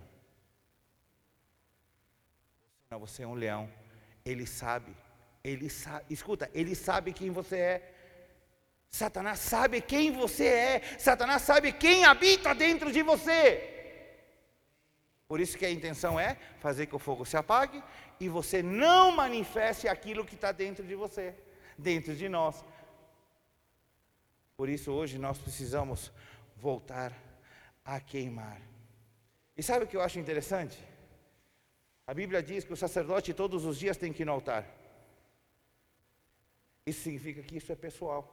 Não, você é um leão. Ele sabe. Escuta, ele sabe quem você é. Satanás sabe quem você é. Satanás sabe quem habita dentro de você. Por isso que a intenção é fazer que o fogo se apague e você não manifeste aquilo que está dentro de você, dentro de nós. Por isso hoje nós precisamos voltar a queimar. E sabe o que eu acho interessante? A Bíblia diz que o sacerdote todos os dias tem que ir no altar. Isso significa que isso é pessoal.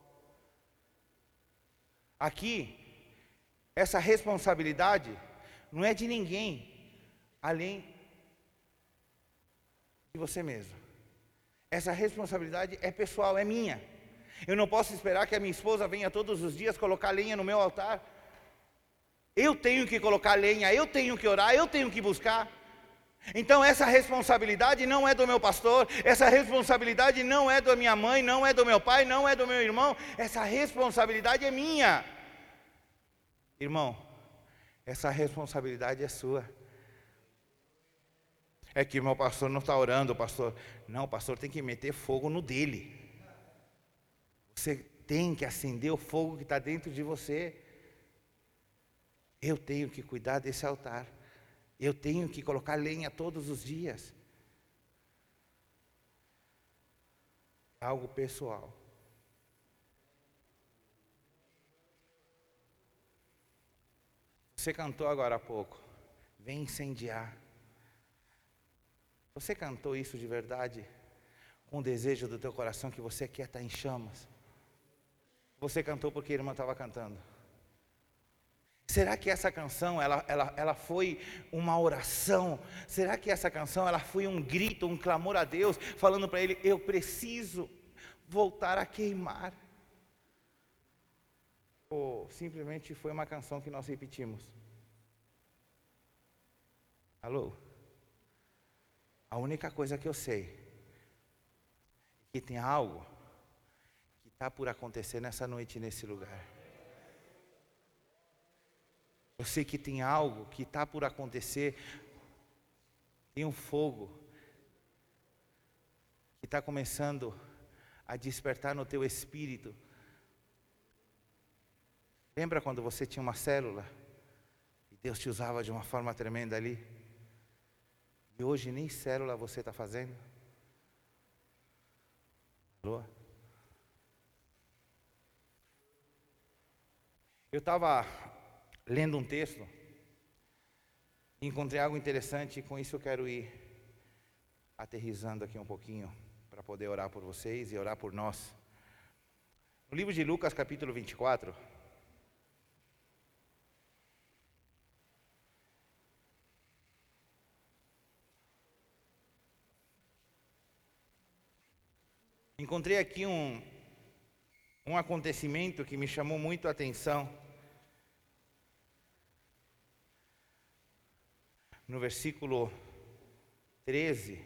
Aqui, essa responsabilidade não é de ninguém além de você mesmo. Essa responsabilidade é pessoal, é minha. Eu não posso esperar que a minha esposa venha todos os dias colocar lenha no meu altar. Eu tenho que colocar lenha, eu tenho que orar, eu tenho que buscar. Então essa responsabilidade não é do meu pastor, essa responsabilidade não é da minha mãe, não é do meu pai, não é do meu irmão, essa responsabilidade é minha. Irmão, essa responsabilidade é sua. É que meu pastor não está orando, pastor. Não, o pastor tem que meter fogo no dele. Você tem que acender o fogo que está dentro de você. Eu tenho que cuidar desse altar. Eu tenho que colocar lenha todos os dias. É algo pessoal. Você cantou agora há pouco. Vem incendiar. Você cantou isso de verdade? Com o desejo do teu coração que você quer estar em chamas? Você cantou porque a irmã estava cantando? Será que essa canção, ela foi uma oração? Será que essa canção, ela foi um grito, um clamor a Deus, falando para Ele, eu preciso voltar a queimar? Ou simplesmente foi uma canção que nós repetimos? Alô? A única coisa que eu sei, é que tem algo que está por acontecer nessa noite, nesse lugar. Eu sei que tem algo que está por acontecer, tem um fogo que está começando a despertar no teu espírito. Lembra quando você tinha uma célula e Deus te usava de uma forma tremenda ali? E hoje nem célula você está fazendo? Alô? Eu estava lendo um texto, encontrei algo interessante e com isso eu quero ir aterrissando aqui um pouquinho, para poder orar por vocês e orar por nós. No livro de Lucas, capítulo 24. Encontrei aqui um acontecimento que me chamou muito a atenção. No versículo 13.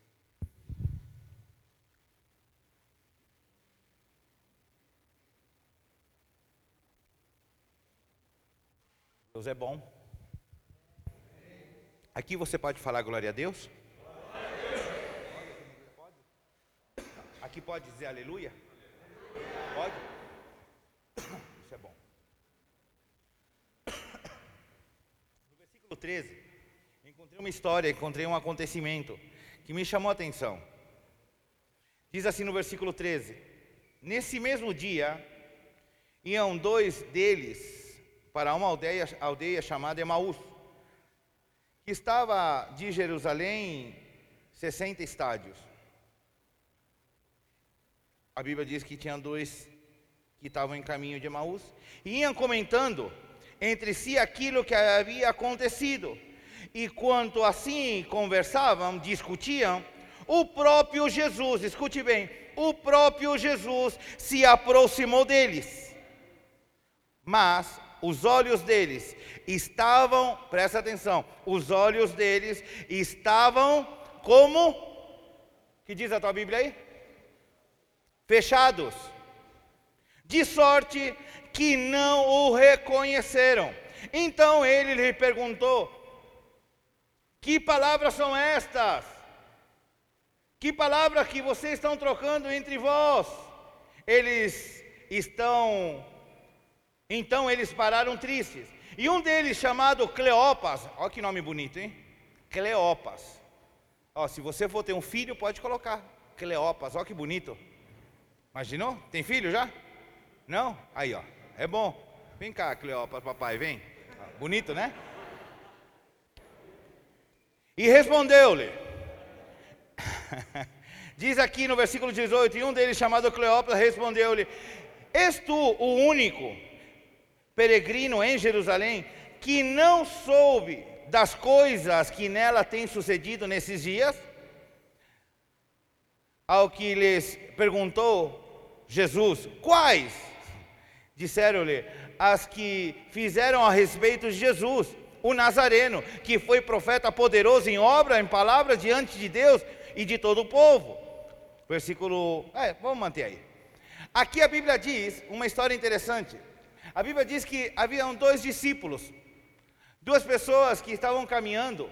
Deus é bom. Aqui você pode falar glória a Deus? Aqui pode dizer aleluia? Pode? Isso é bom. No versículo 13, encontrei uma história, encontrei um acontecimento que me chamou a atenção. Diz assim no versículo 13: nesse mesmo dia, iam dois deles para uma aldeia chamada Emaús, que estava de Jerusalém 60 estádios. A Bíblia diz que tinha dois que estavam em caminho de Emaús, e iam comentando entre si aquilo que havia acontecido. E quanto assim conversavam, discutiam, o próprio Jesus, escute bem, o próprio Jesus se aproximou deles. Mas os olhos deles estavam, presta atenção, os olhos deles estavam como? Que diz a tua Bíblia aí? Fechados, de sorte que não o reconheceram. Então ele lhe perguntou: que palavras são estas? Que palavras que vocês estão trocando entre vós? Então eles pararam tristes. E um deles, chamado Cleopas, olha que nome bonito, hein? Cleopas. Ó, se você for ter um filho, pode colocar Cleopas, olha que bonito. Imaginou? Tem filho já? Não? Aí, ó, é bom. Vem cá, Cleopas, papai, vem. Bonito, né? E respondeu-lhe. Diz aqui no versículo 18, e um deles, chamado Cleopas, respondeu-lhe: és tu o único peregrino em Jerusalém que não soube das coisas que nela têm sucedido nesses dias? Ao que lhes perguntou Jesus: quais? Disseram-lhe: as que fizeram a respeito de Jesus, o Nazareno, que foi profeta poderoso em obra, em palavras, diante de Deus e de todo o povo. Versículo, vamos manter aí. Aqui a Bíblia diz uma história interessante. A Bíblia diz que haviam dois discípulos, duas pessoas que estavam caminhando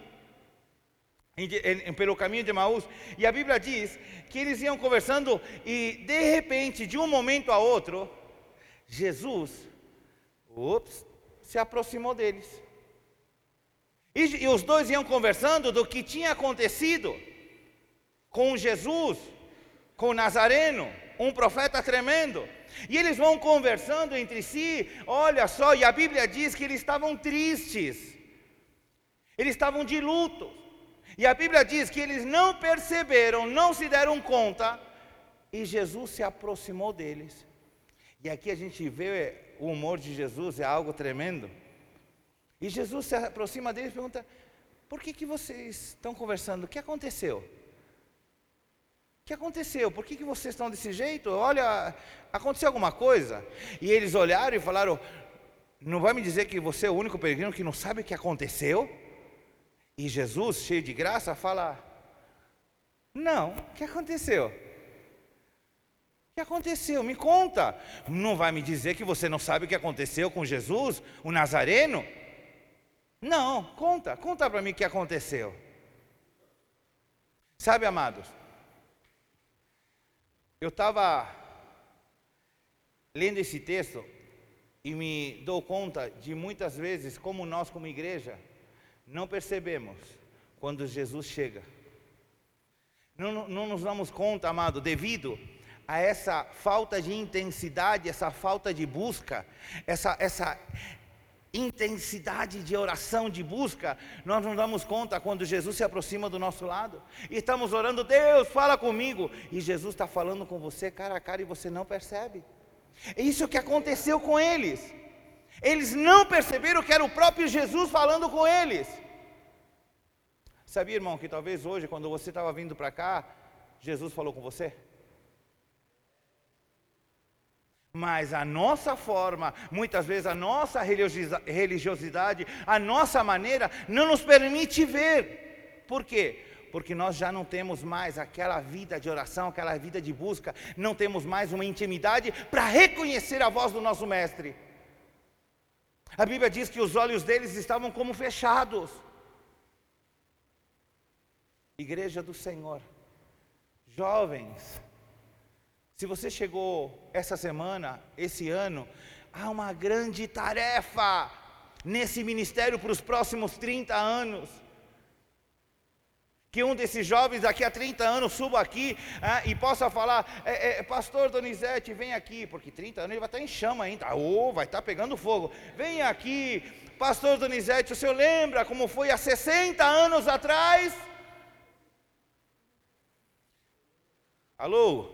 pelo caminho de Emaús, e a Bíblia diz que eles iam conversando e de repente, de um momento a outro, Jesus, se aproximou deles. E os dois iam conversando do que tinha acontecido com Jesus, com o Nazareno, um profeta tremendo. E eles vão conversando entre si, olha só, e a Bíblia diz que eles estavam tristes, eles estavam de luto. E a Bíblia diz que eles não perceberam, não se deram conta, e Jesus se aproximou deles. E aqui a gente vê o humor de Jesus, é algo tremendo. E Jesus se aproxima deles e pergunta: por que vocês estão conversando? O que aconteceu? O que aconteceu? Por que vocês estão desse jeito? Olha, aconteceu alguma coisa? E eles olharam e falaram: não vai me dizer que você é o único peregrino que não sabe o que aconteceu? E Jesus, cheio de graça, fala: não, o que aconteceu? O que aconteceu? Me conta. Não vai me dizer que você não sabe o que aconteceu com Jesus, o Nazareno? Não, conta para mim o que aconteceu. Sabe, amados, eu estava lendo esse texto e me dou conta de muitas vezes como nós, como igreja, não percebemos quando Jesus chega. Não nos damos conta, amado, devido a essa falta de intensidade, essa falta de busca, essa intensidade de oração, de busca, nós não damos conta quando Jesus se aproxima do nosso lado, e estamos orando: Deus, fala comigo, e Jesus está falando com você cara a cara e você não percebe. É isso que aconteceu com eles. Eles não perceberam que era o próprio Jesus falando com eles. Sabia, irmão, que talvez hoje, quando você estava vindo para cá, Jesus falou com você? Mas a nossa forma, muitas vezes a nossa religiosidade, a nossa maneira, não nos permite ver. Por quê? Porque nós já não temos mais aquela vida de oração, aquela vida de busca, não temos mais uma intimidade para reconhecer a voz do nosso Mestre. A Bíblia diz que os olhos deles estavam como fechados. Igreja do Senhor, jovens, se você chegou essa semana, esse ano, há uma grande tarefa nesse ministério para os próximos 30 anos. Que um desses jovens daqui a 30 anos suba aqui e possa falar, pastor Donizete, vem aqui, porque 30 anos ele vai estar em chama ainda, vai estar pegando fogo. Vem aqui, pastor Donizete, o senhor lembra como foi há 60 anos atrás? Alô?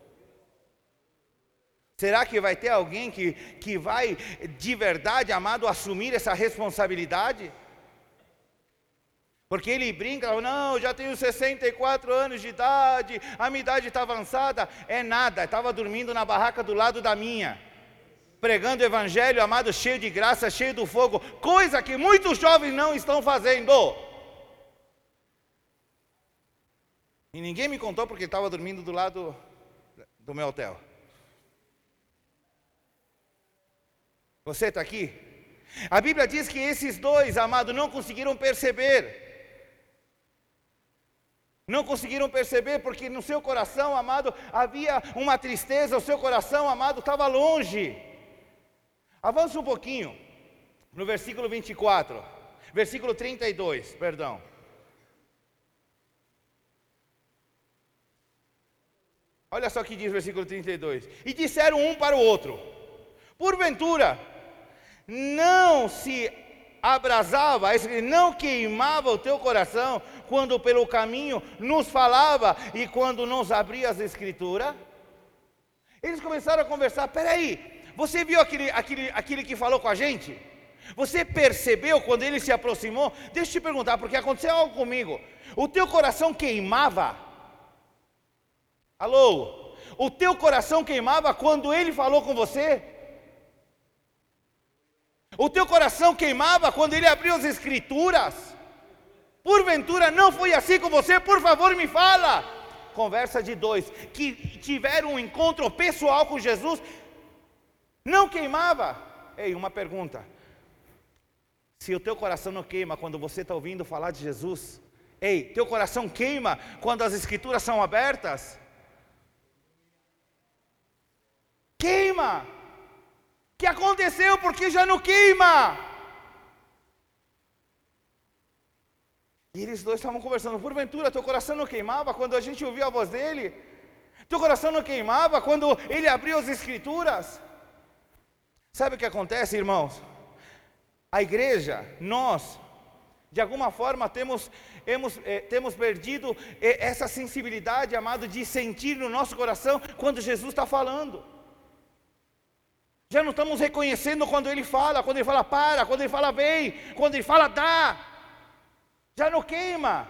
Será que vai ter alguém que vai de verdade, amado, assumir essa responsabilidade? Porque ele brinca, não, eu já tenho 64 anos de idade, a minha idade está avançada. É nada, estava dormindo na barraca do lado da minha, pregando o evangelho, amado, cheio de graça, cheio do fogo, coisa que muitos jovens não estão fazendo. E ninguém me contou porque estava dormindo do lado do meu hotel. Você está aqui? A Bíblia diz que esses dois, amado, não conseguiram perceber. Não conseguiram perceber porque no seu coração, amado, havia uma tristeza, o seu coração, amado, estava longe. Avança um pouquinho, no versículo 24, versículo 32, perdão. Olha só o que diz o versículo 32. E disseram um para o outro, porventura, não se abrasava, não queimava o teu coração, quando pelo caminho nos falava e quando nos abria as escrituras? Eles começaram a conversar, peraí, você viu aquele que falou com a gente? Você percebeu quando ele se aproximou? Deixa eu te perguntar, porque aconteceu algo comigo. O teu coração queimava? Alô? O teu coração queimava quando ele falou com você? O teu coração queimava quando ele abriu as escrituras? Porventura não foi assim com você? Por favor, me fala. Conversa de dois que tiveram um encontro pessoal com Jesus. Não queimava? Ei, uma pergunta. Se o teu coração não queima quando você está ouvindo falar de Jesus, ei, teu coração queima quando as escrituras são abertas? Queima. O que aconteceu? Porque já não queima. E eles dois estavam conversando, porventura teu coração não queimava quando a gente ouvia a voz dele? Teu coração não queimava quando ele abriu as escrituras? Sabe o que acontece, irmãos? A igreja, nós, de alguma forma temos perdido essa sensibilidade, amado, de sentir no nosso coração quando Jesus está falando. Já não estamos reconhecendo quando ele fala para, quando ele fala vem, quando ele fala dá. Já não queima.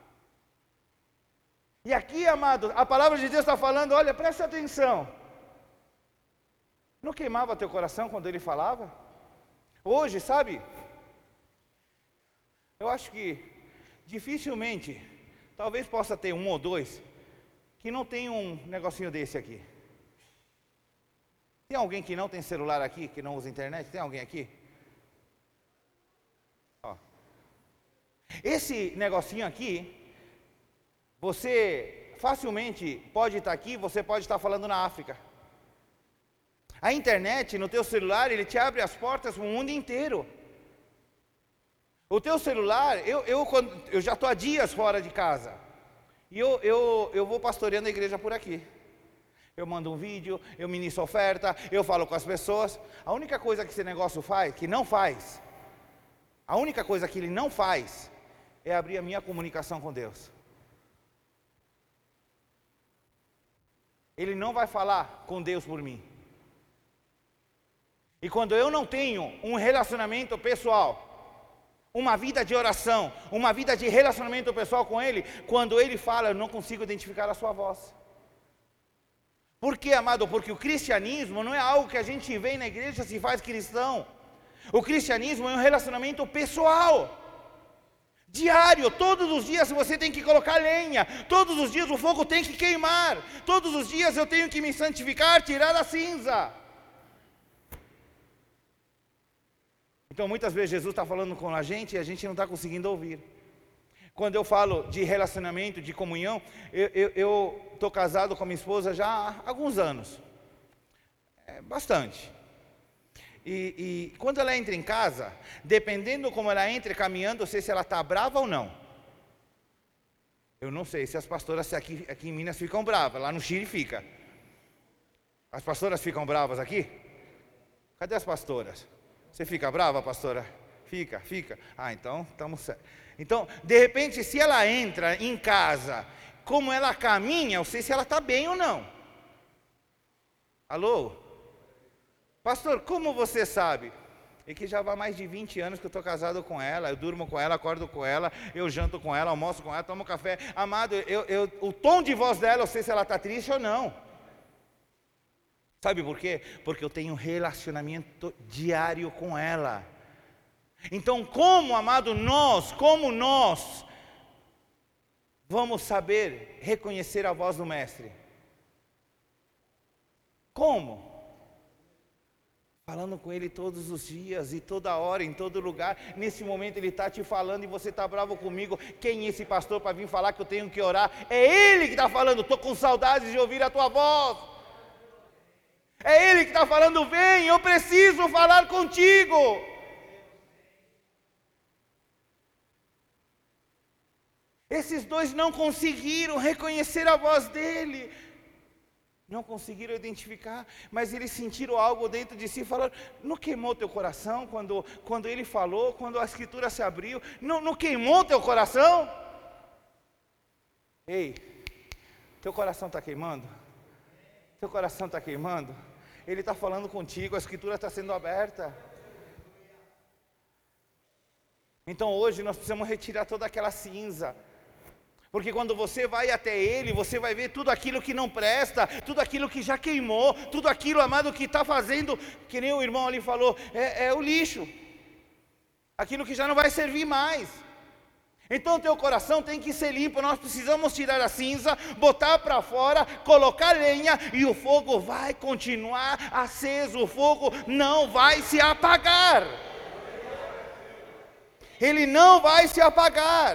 E aqui, amado, a palavra de Deus está falando, olha, presta atenção. Não queimava teu coração quando ele falava? Hoje, sabe? Eu acho que dificilmente, talvez possa ter um ou dois, que não tem um negocinho desse aqui. Tem alguém que não tem celular aqui, que não usa internet? Tem alguém aqui? Ó. Esse negocinho aqui, você facilmente pode estar aqui, você pode estar falando na África. A internet, no teu celular, ele te abre as portas para o mundo inteiro. O teu celular, eu já estou há dias fora de casa. E eu vou pastoreando a igreja por aqui. Eu mando um vídeo, eu ministro oferta, eu falo com as pessoas. A única coisa que esse negócio faz, que não faz, a única coisa que ele não faz, é abrir a minha comunicação com Deus. Ele não vai falar com Deus por mim. E quando eu não tenho um relacionamento pessoal, uma vida de oração, uma vida de relacionamento pessoal com Ele, quando Ele fala, eu não consigo identificar a sua voz. Por quê, amado? Porque o cristianismo não é algo que a gente vem na igreja e se faz cristão. O cristianismo é um relacionamento pessoal, diário. Todos os dias você tem que colocar lenha, todos os dias o fogo tem que queimar, todos os dias eu tenho que me santificar, tirar a cinza. Então muitas vezes Jesus está falando com a gente e a gente não está conseguindo ouvir. Quando eu falo de relacionamento, de comunhão, eu estou casado com a minha esposa já há alguns anos, bastante. E quando ela entra em casa, dependendo como ela entra caminhando, eu sei se ela está brava ou não. Eu não sei se as pastoras aqui em Minas ficam bravas, lá no Chile fica. As pastoras ficam bravas aqui? Cadê as pastoras? Você fica brava, pastora? Fica. Ah, então estamos certos. Então, de repente, se ela entra em casa, como ela caminha, eu sei se ela está bem ou não. Alô? Pastor, como você sabe? É que já vai mais de 20 anos que eu estou casado com ela, eu durmo com ela, acordo com ela, eu janto com ela, almoço com ela, tomo café. Amado, o tom de voz dela, eu sei se ela está triste ou não. Sabe por quê? Porque eu tenho um relacionamento diário com ela. Então, como nós vamos saber reconhecer a voz do Mestre? Como? Falando com Ele todos os dias e toda hora, em todo lugar. Nesse momento Ele está te falando e você está bravo comigo. Quem é esse pastor para vir falar que eu tenho que orar? É Ele que está falando, estou com saudades de ouvir a tua voz. É Ele que está falando, vem, eu preciso falar contigo. Esses dois não conseguiram reconhecer a voz dele. Não conseguiram identificar, mas eles sentiram algo dentro de si, falaram, não queimou teu coração quando ele falou, quando a escritura se abriu, não queimou teu coração? Ei, teu coração está queimando? Teu coração está queimando? Ele está falando contigo, a escritura está sendo aberta. Então hoje nós precisamos retirar toda aquela cinza. Porque quando você vai até Ele, você vai ver tudo aquilo que não presta, tudo aquilo que já queimou, tudo aquilo, amado, que está fazendo, que nem o irmão ali falou, é o lixo. Aquilo que já não vai servir mais. Então o teu coração tem que ser limpo, nós precisamos tirar a cinza, botar para fora, colocar lenha e o fogo vai continuar aceso, o fogo não vai se apagar. Ele não vai se apagar.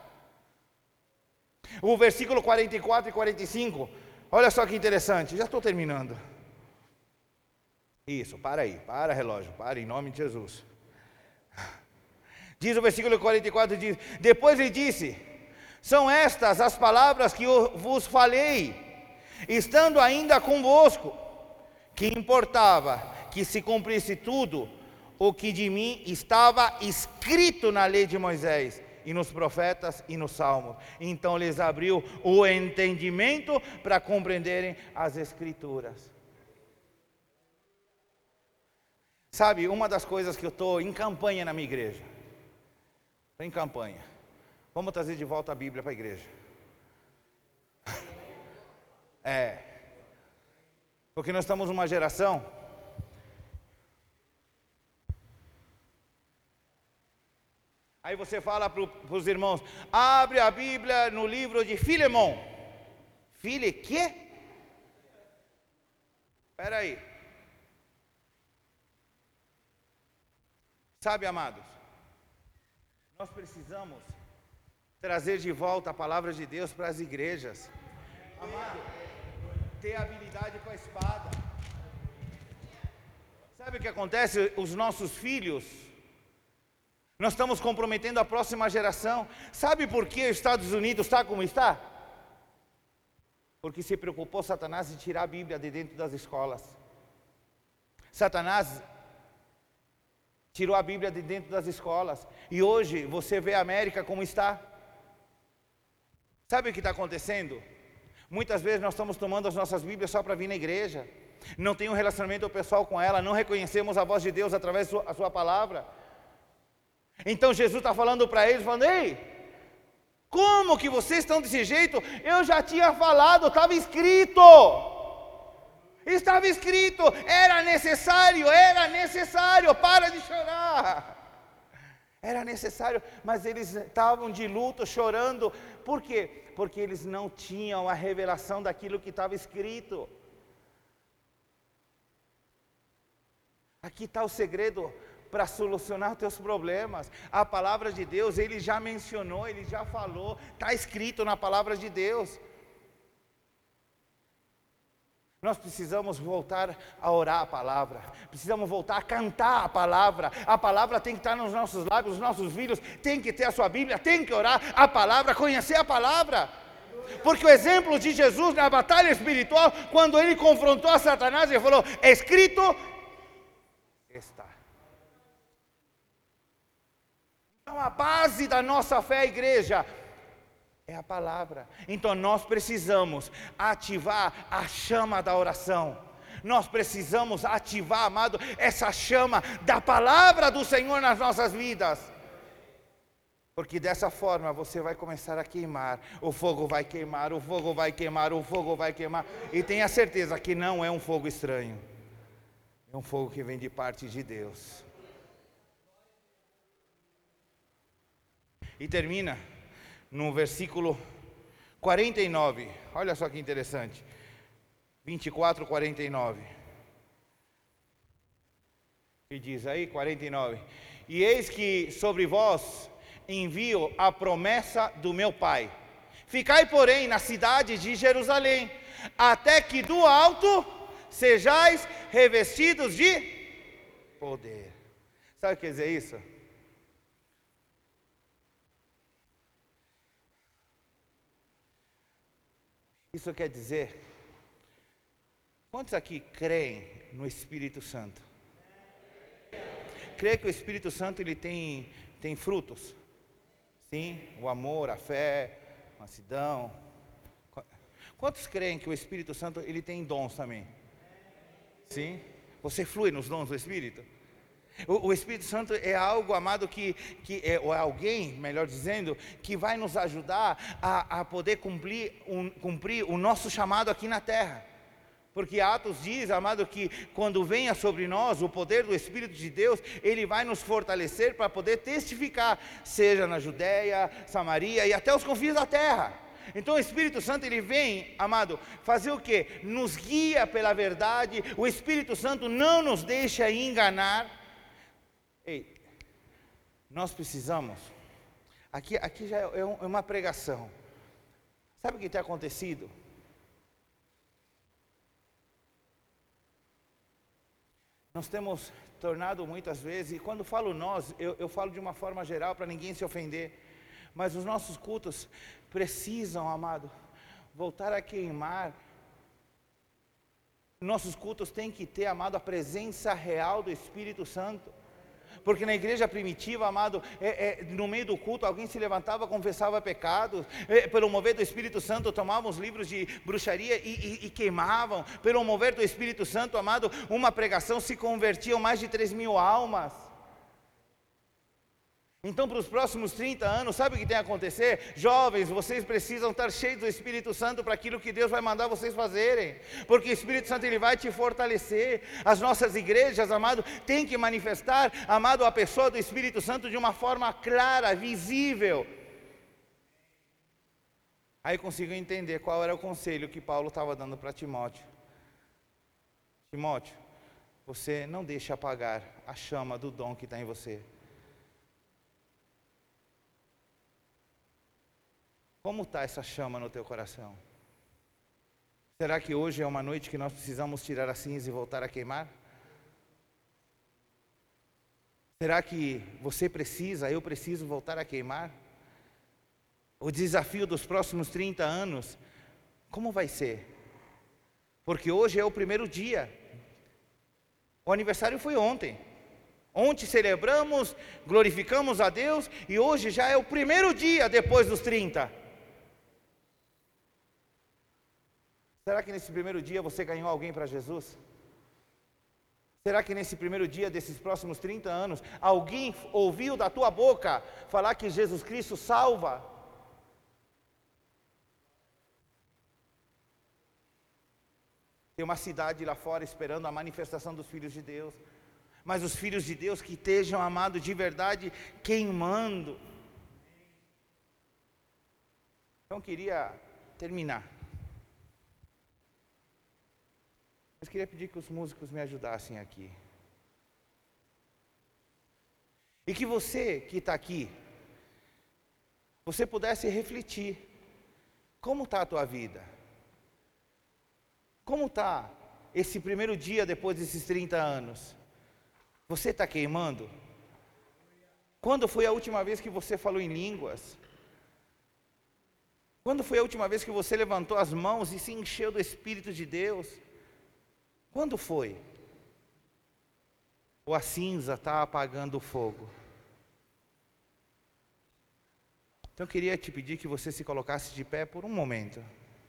O versículo 44 e 45, olha só que interessante, já estou terminando. Isso, para aí, para relógio, para em nome de Jesus. Diz o versículo 44, diz, depois ele disse, são estas as palavras que eu vos falei, estando ainda convosco, que importava que se cumprisse tudo o que de mim estava escrito na lei de Moisés, e nos profetas e nos salmos. Então lhes abriu o entendimento para compreenderem as escrituras. Sabe, uma das coisas que eu estou em campanha na minha igreja, estou em campanha, vamos trazer de volta a Bíblia para a igreja. Porque nós estamos numa geração aí você fala para os irmãos, abre a Bíblia no livro de Filemão. Quê? Espera aí. Sabe, amados, nós precisamos trazer de volta a palavra de Deus para as igrejas. Amado, ter habilidade com a espada. Sabe o que acontece? Os nossos filhos, nós estamos comprometendo a próxima geração. Sabe por que os Estados Unidos está como está? Porque se preocupou Satanás em tirar a Bíblia de dentro das escolas. Satanás tirou a Bíblia de dentro das escolas. E hoje você vê a América como está. Sabe o que está acontecendo? Muitas vezes nós estamos tomando as nossas Bíblias só para vir na igreja. não tem um relacionamento pessoal com ela, não reconhecemos a voz de Deus através da sua palavra. Então Jesus está falando para eles, falando: ei, como que vocês estão desse jeito? Eu já tinha falado, estava escrito, era necessário, para de chorar. Era necessário, mas eles estavam de luto, chorando. Por quê? Porque eles não tinham a revelação daquilo que estava escrito. Aqui está o segredo para solucionar os teus problemas. A palavra de Deus, Ele já mencionou, Ele já falou, está escrito na palavra de Deus. Nós precisamos voltar a orar a palavra, precisamos voltar a cantar a palavra tem que estar nos nossos lábios, os nossos filhos têm que ter a sua Bíblia, tem que orar a palavra, conhecer a palavra, porque o exemplo de Jesus na batalha espiritual, quando ele confrontou a Satanás, ele falou: escrito está. Então a base da nossa fé, igreja, é a palavra. Então nós precisamos ativar a chama da oração. Nós precisamos ativar, amado, essa chama da palavra do Senhor nas nossas vidas. Porque dessa forma você vai começar a queimar. O fogo vai queimar, o fogo vai queimar, o fogo vai queimar. E tenha certeza que não é um fogo estranho. É um fogo que vem de parte de Deus. E termina no versículo 49, olha só que interessante, 24, 49, que diz aí, 49, e eis que sobre vós envio a promessa do meu Pai, ficai porém na cidade de Jerusalém, até que do alto sejais revestidos de poder. Sabe o que quer dizer isso? Isso quer dizer, quantos aqui creem no Espírito Santo? Crê que o Espírito Santo ele tem frutos? Sim, o amor, a fé, a mansidão. Quantos creem que o Espírito Santo ele tem dons também? Sim, você flui nos dons do Espírito? O Espírito Santo é algo, amado, que é alguém, melhor dizendo, que vai nos ajudar a poder cumprir o nosso chamado aqui na terra. Porque Atos diz, amado, que quando venha sobre nós o poder do Espírito de Deus, Ele vai nos fortalecer para poder testificar, seja na Judéia, Samaria e até os confins da terra. Então o Espírito Santo ele vem, amado, fazer o quê? Nos guia pela verdade. O Espírito Santo não nos deixa enganar. Ei, nós precisamos, aqui já é uma pregação. Sabe o que tem acontecido? Nós temos tornado muitas vezes, e quando falo nós, eu falo de uma forma geral para ninguém se ofender, mas os nossos cultos precisam, amado, voltar a queimar. Nossos cultos têm que ter, amado, a presença real do Espírito Santo. Porque na igreja primitiva, amado, no meio do culto, alguém se levantava, confessava pecados, pelo mover do Espírito Santo, tomavam os livros de bruxaria e queimavam, pelo mover do Espírito Santo, amado, uma pregação, se convertiam mais de 3.000 almas. Então para os próximos 30 anos, sabe o que tem a acontecer? Jovens, vocês precisam estar cheios do Espírito Santo para aquilo que Deus vai mandar vocês fazerem, porque o Espírito Santo ele vai te fortalecer. As nossas igrejas, amado, tem que manifestar, amado, a pessoa do Espírito Santo de uma forma clara, visível. Aí consigo entender qual era o conselho que Paulo estava dando para Timóteo. Timóteo, você não deixe apagar a chama do dom que está em você. Como está essa chama no teu coração? Será que hoje é uma noite que nós precisamos tirar a cinza e voltar a queimar? Será que você precisa, eu preciso voltar a queimar? O desafio dos próximos 30 anos, como vai ser? Porque hoje é o primeiro dia. O aniversário foi ontem. Ontem celebramos, glorificamos a Deus e hoje já é o primeiro dia depois dos 30. Será que nesse primeiro dia você ganhou alguém para Jesus? Será que nesse primeiro dia desses próximos 30 anos, alguém ouviu da tua boca falar que Jesus Cristo salva? Tem uma cidade lá fora esperando a manifestação dos filhos de Deus. Mas os filhos de Deus que estejam amados de verdade, queimando. Então queria terminar. Mas queria pedir que os músicos me ajudassem aqui. E que você que está aqui, você pudesse refletir. Como está a tua vida? Como está esse primeiro dia depois desses 30 anos? Você está queimando? Quando foi a última vez que você falou em línguas? Quando foi a última vez que você levantou as mãos e se encheu do Espírito de Deus? Quando foi? Ou a cinza está apagando o fogo? Então eu queria te pedir que você se colocasse de pé por um momento.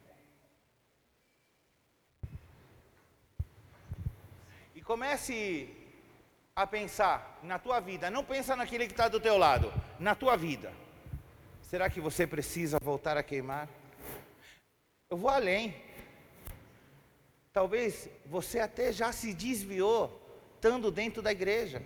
E comece a pensar na tua vida. Não pensa naquele que está do teu lado, na tua vida. Será que você precisa voltar a queimar? Eu vou além. Talvez você até já se desviou, estando dentro da igreja.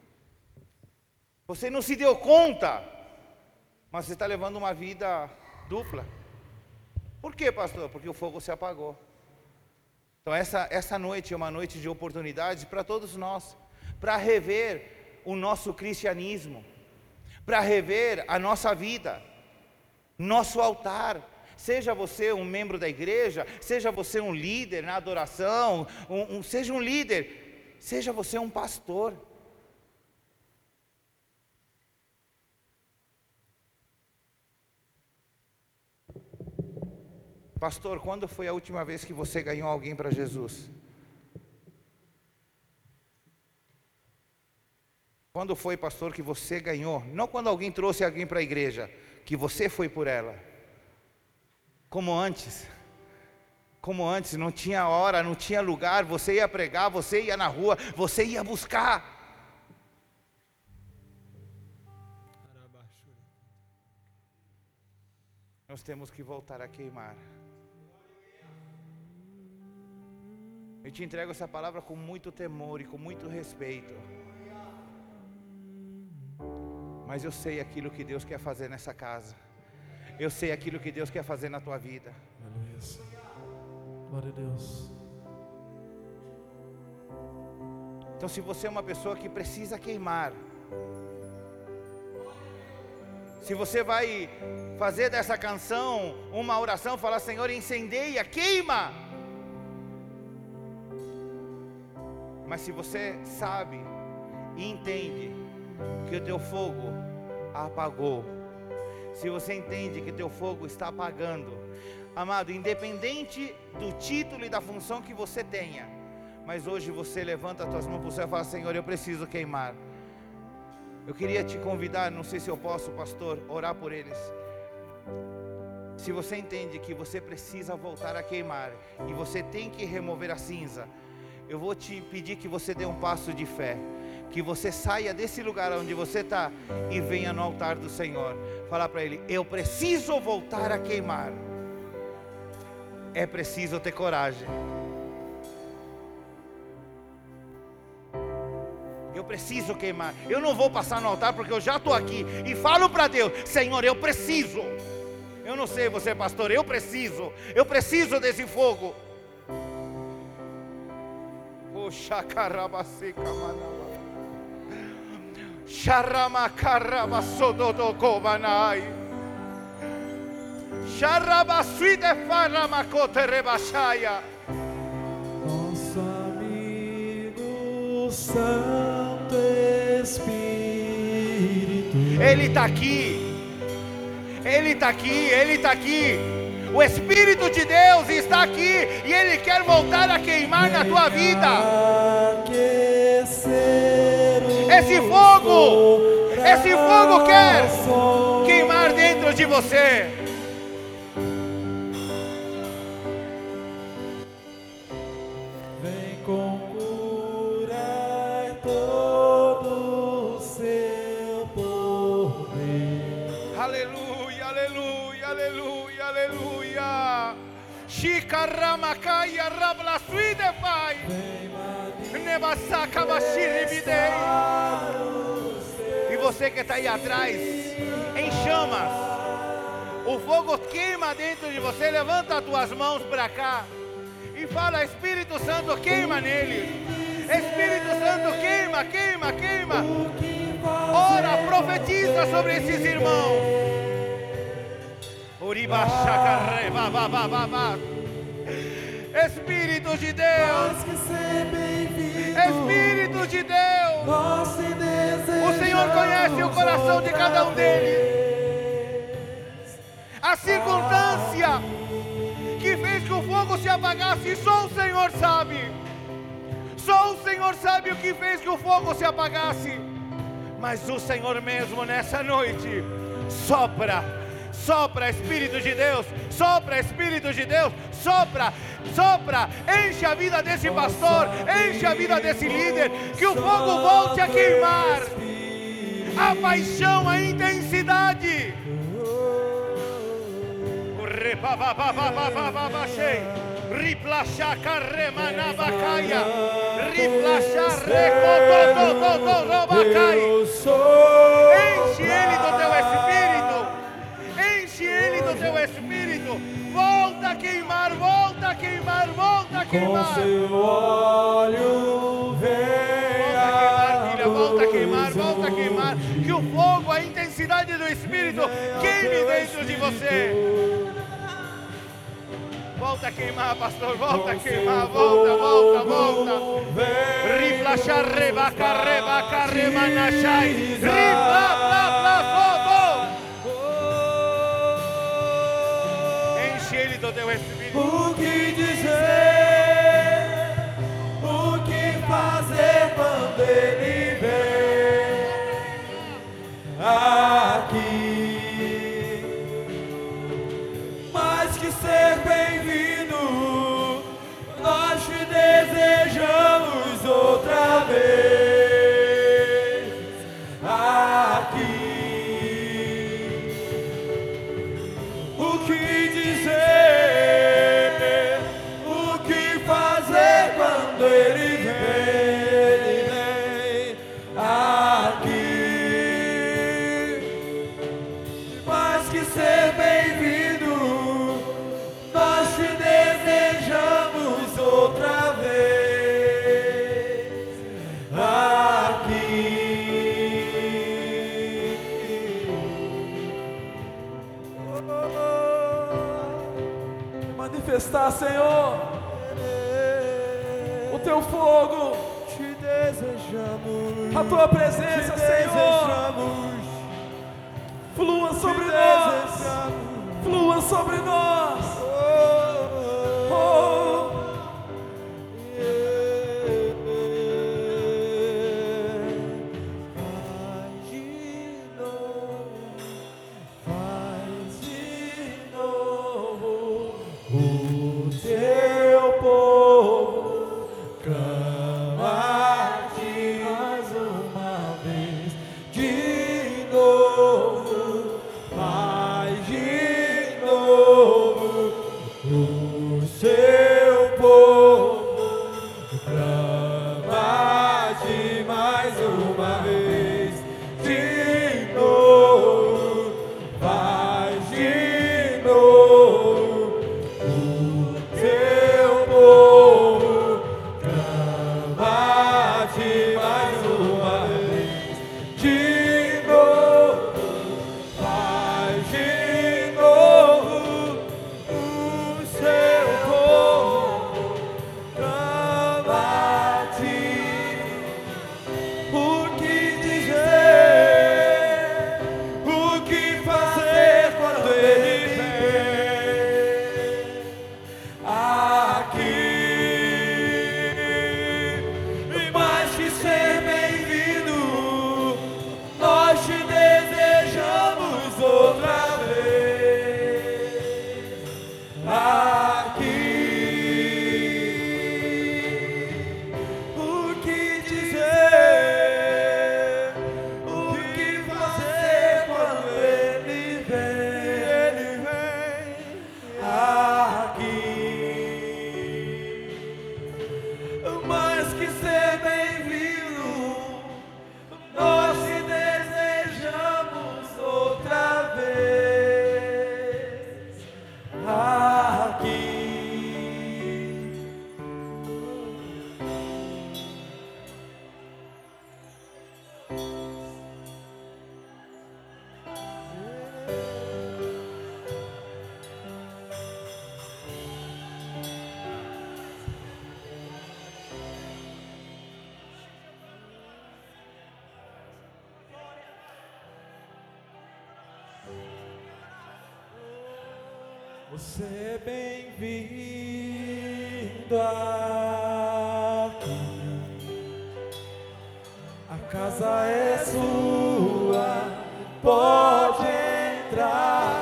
Você não se deu conta, mas você está levando uma vida dupla. Por quê, pastor? Porque o fogo se apagou. Então essa noite é uma noite de oportunidades para todos nós, para rever o nosso cristianismo, para rever a nossa vida, nosso altar. Seja você um membro da igreja, seja você um líder na adoração, seja um líder, seja você um pastor. Pastor, quando foi a última vez que você ganhou alguém para Jesus? Quando foi, pastor, que você ganhou? Não quando alguém trouxe alguém para a igreja, que você foi por ela. Como antes, não tinha hora, não tinha lugar, você ia pregar, você ia na rua, você ia buscar. Nós temos que voltar a queimar. Eu te entrego essa palavra com muito temor e com muito respeito. Mas eu sei aquilo que Deus quer fazer nessa casa. Eu sei aquilo que Deus quer fazer na tua vida. Aleluia, Senhor. Glória a Deus. Então, se você é uma pessoa que precisa queimar, se você vai fazer dessa canção uma oração, falar: Senhor, incendeia, queima. Mas se você sabe e entende que o teu fogo apagou, se você entende que teu fogo está apagando, amado, independente do título e da função que você tenha, mas hoje você levanta as tuas mãos para o céu e fala: Senhor, eu preciso queimar. Eu queria te convidar, não sei se eu posso, pastor, orar por eles. Se você entende que você precisa voltar a queimar e você tem que remover a cinza, eu vou te pedir que você dê um passo de fé, que você saia desse lugar onde você está e venha no altar do Senhor, falar para Ele: eu preciso voltar a queimar. É preciso ter coragem. Eu preciso queimar. Eu não vou passar no altar porque eu já estou aqui e falo para Deus: Senhor, eu preciso. Eu não sei você, pastor, eu preciso desse fogo. Oh, shakarabaseca manaba. Sharamakarabasododokovanai. Sharabasuide faramakote rebashaya. Nosso amigo Santo Espírito. Ele está aqui. Ele está aqui, Ele está aqui. O Espírito de Deus está aqui e Ele quer voltar a queimar na tua vida. Esse fogo quer queimar dentro de você. Ricaramacaya Rablasuide Pai. Nebasaca Bashiribidei. E você que está aí atrás, em chamas, o fogo queima dentro de você. Levanta as tuas mãos para cá e fala: Espírito Santo, queima nele. Espírito Santo, queima, queima, queima. Ora, profetiza sobre esses irmãos. Espírito de Deus, Espírito de Deus, o Senhor conhece o coração de cada um deles. A circunstância que fez que o fogo se apagasse, só o Senhor sabe. Só o Senhor sabe o que fez que o fogo se apagasse. Mas o Senhor mesmo nessa noite sopra, sopra, Espírito de Deus, sopra, Espírito de Deus, sopra, sopra, enche a vida desse pastor, enche a vida desse líder, que o fogo volte a queimar, a paixão, a intensidade. Riplacha carremanabacaia, riplacha recototototobacai. Enche ele do teu espírito, enche ele do teu espírito. Volta a queimar, volta a queimar, volta a queimar. Com seu óleo venha. Volta a queimar, volta a queimar. Que o fogo, a intensidade do Espírito queime dentro de você. Volta a queimar, pastor, volta a queimar, volta, volta, volta. Riplacha, rebaca, rebaca, remanachai. Ripla, pla, pla, fogo. Enche ele do teu Espírito. O que dizer, o que fazer quando ele vem aqui? Mais que ser bem-vindo, nós te desejamos outra vez aqui. O que dizer, o que fazer quando ele vem aqui? Mais que ser bem-vindo, nós te desejamos outra vez aqui. Manifestar, Senhor, o teu fogo, te desejamos, a tua presença, Senhor, flua sobre nós, flua sobre nós. Oh. Faz de novo o teu povo clama a ti mais uma vez, de novo, faz de novo. Você é bem-vindo aqui. A casa é sua, pode entrar,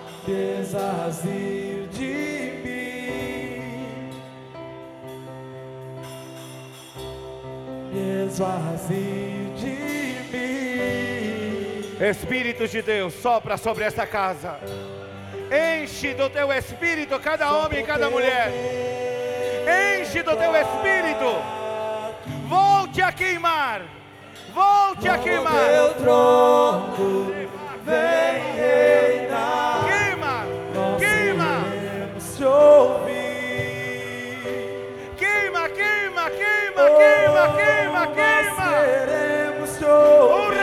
desazir de mim, desvazir de mim. Espírito de Deus, sopra sobre esta casa. Enche do teu Espírito cada homem e cada mulher. Enche do teu Espírito. Volte a queimar. Volte a queimar. Teu trono vem reinar. Queima, Nós queima, queremos te ouvir. queima, queima, queima, queima, queima, Nós queima. queremos te ouvir.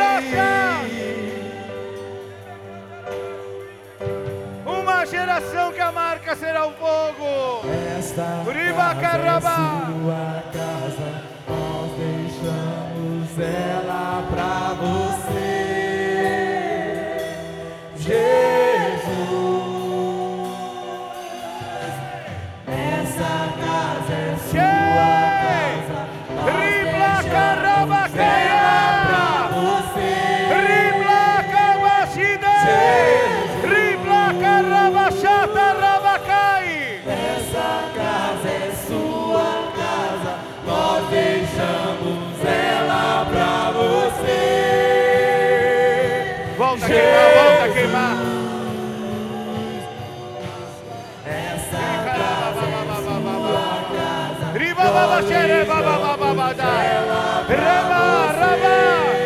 Uma geração que a marca será o fogo. Esta Uriba casa é Carabá. sua casa, nós deixamos ela pra você, Jesus. Essa casa é sua casa, nós Ribla deixamos Carabaqueia. ela pra você, Ribla Cabacida. Ribla Carabachata Rabacai. Essa casa é sua casa, nós deixamos ela pra você. Volta a queimar, volta a queimar. Essa casa é sua casa, Riba baba xere baba baba bada. Raba raba.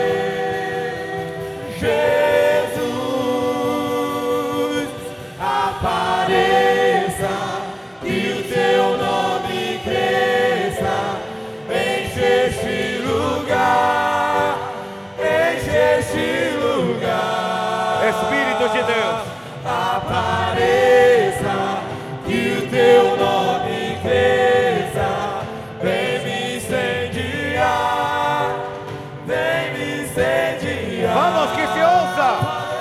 Jesus, apareça e o teu nome cresça. Enche este lugar, enche este lugar. Espírito de Deus. Apareça que o teu nome cresça. Vem me incendiar, vem me incendiar. Vamos, que se ouça.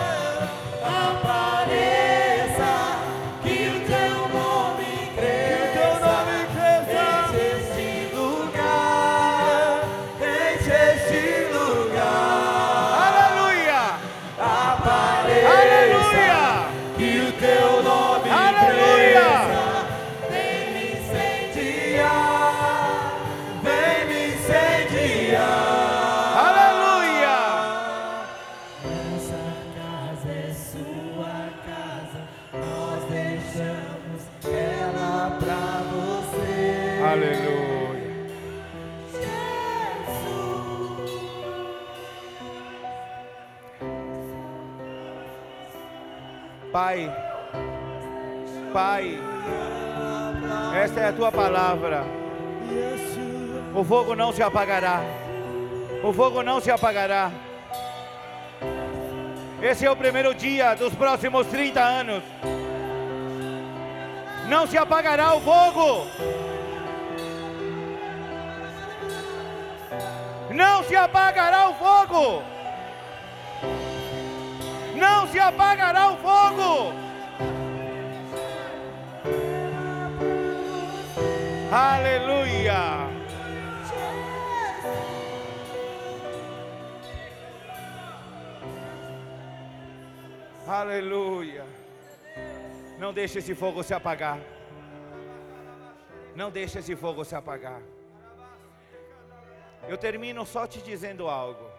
Apareça, que o teu nome cresça. Enche este lugar, enche este lugar. Aleluia. Apareça, Aleluia. que o teu nome Aleluia. cresça. Vem me incendiar, vem me incendiar. Aleluia. Essa casa é sua casa, nós deixamos ela pra você. Aleluia. Pai, Pai, esta é a tua palavra. O fogo não se apagará. O fogo não se apagará. Esse é o primeiro dia dos próximos 30 anos. Não se apagará o fogo. Não se apagará o fogo. Não se apagará o fogo. Aleluia. Aleluia. Não deixe esse fogo se apagar. Não deixe esse fogo se apagar. Eu termino só te dizendo algo.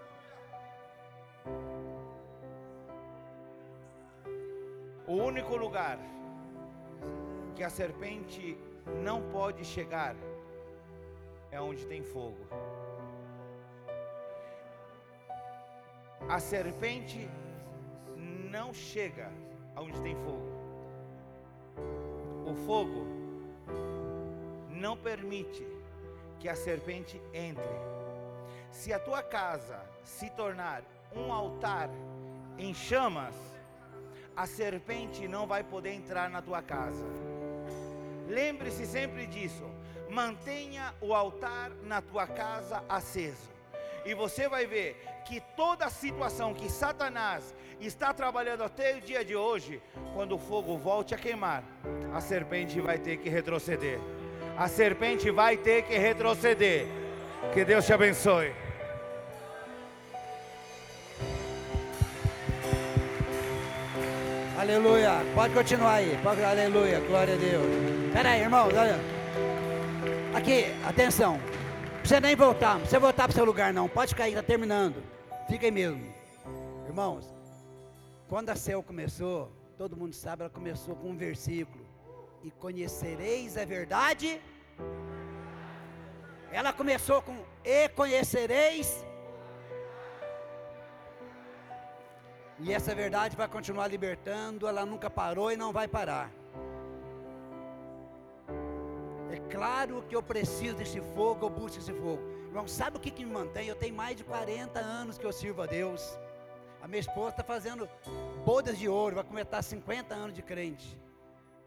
O único lugar que a serpente não pode chegar é onde tem fogo. A serpente não chega aonde tem fogo. O fogo não permite que a serpente entre. Se a tua casa se tornar um altar em chamas, a serpente não vai poder entrar na tua casa. Lembre-se sempre disso. Mantenha o altar na tua casa aceso. E você vai ver que toda a situação que Satanás está trabalhando até o dia de hoje, quando o fogo volte a queimar, a serpente vai ter que retroceder. A serpente vai ter que retroceder. Que Deus te abençoe. Aleluia, pode continuar aí, aleluia, glória a Deus. Espera aí, irmãos, olha. Aqui, atenção, não precisa nem voltar, não precisa voltar para o seu lugar não, pode ficar aí, está terminando, fica aí mesmo. Irmãos, quando a Céu começou, todo mundo sabe, ela começou com um versículo: e conhecereis a verdade. Ela começou com e conhecereis. E essa verdade vai continuar libertando, ela nunca parou e não vai parar. É claro que eu preciso desse fogo, eu busco esse fogo. Irmão, sabe o que me mantém? Eu tenho mais de 40 anos que eu sirvo a Deus. A minha esposa está fazendo bodas de ouro, vai completar 50 anos de crente.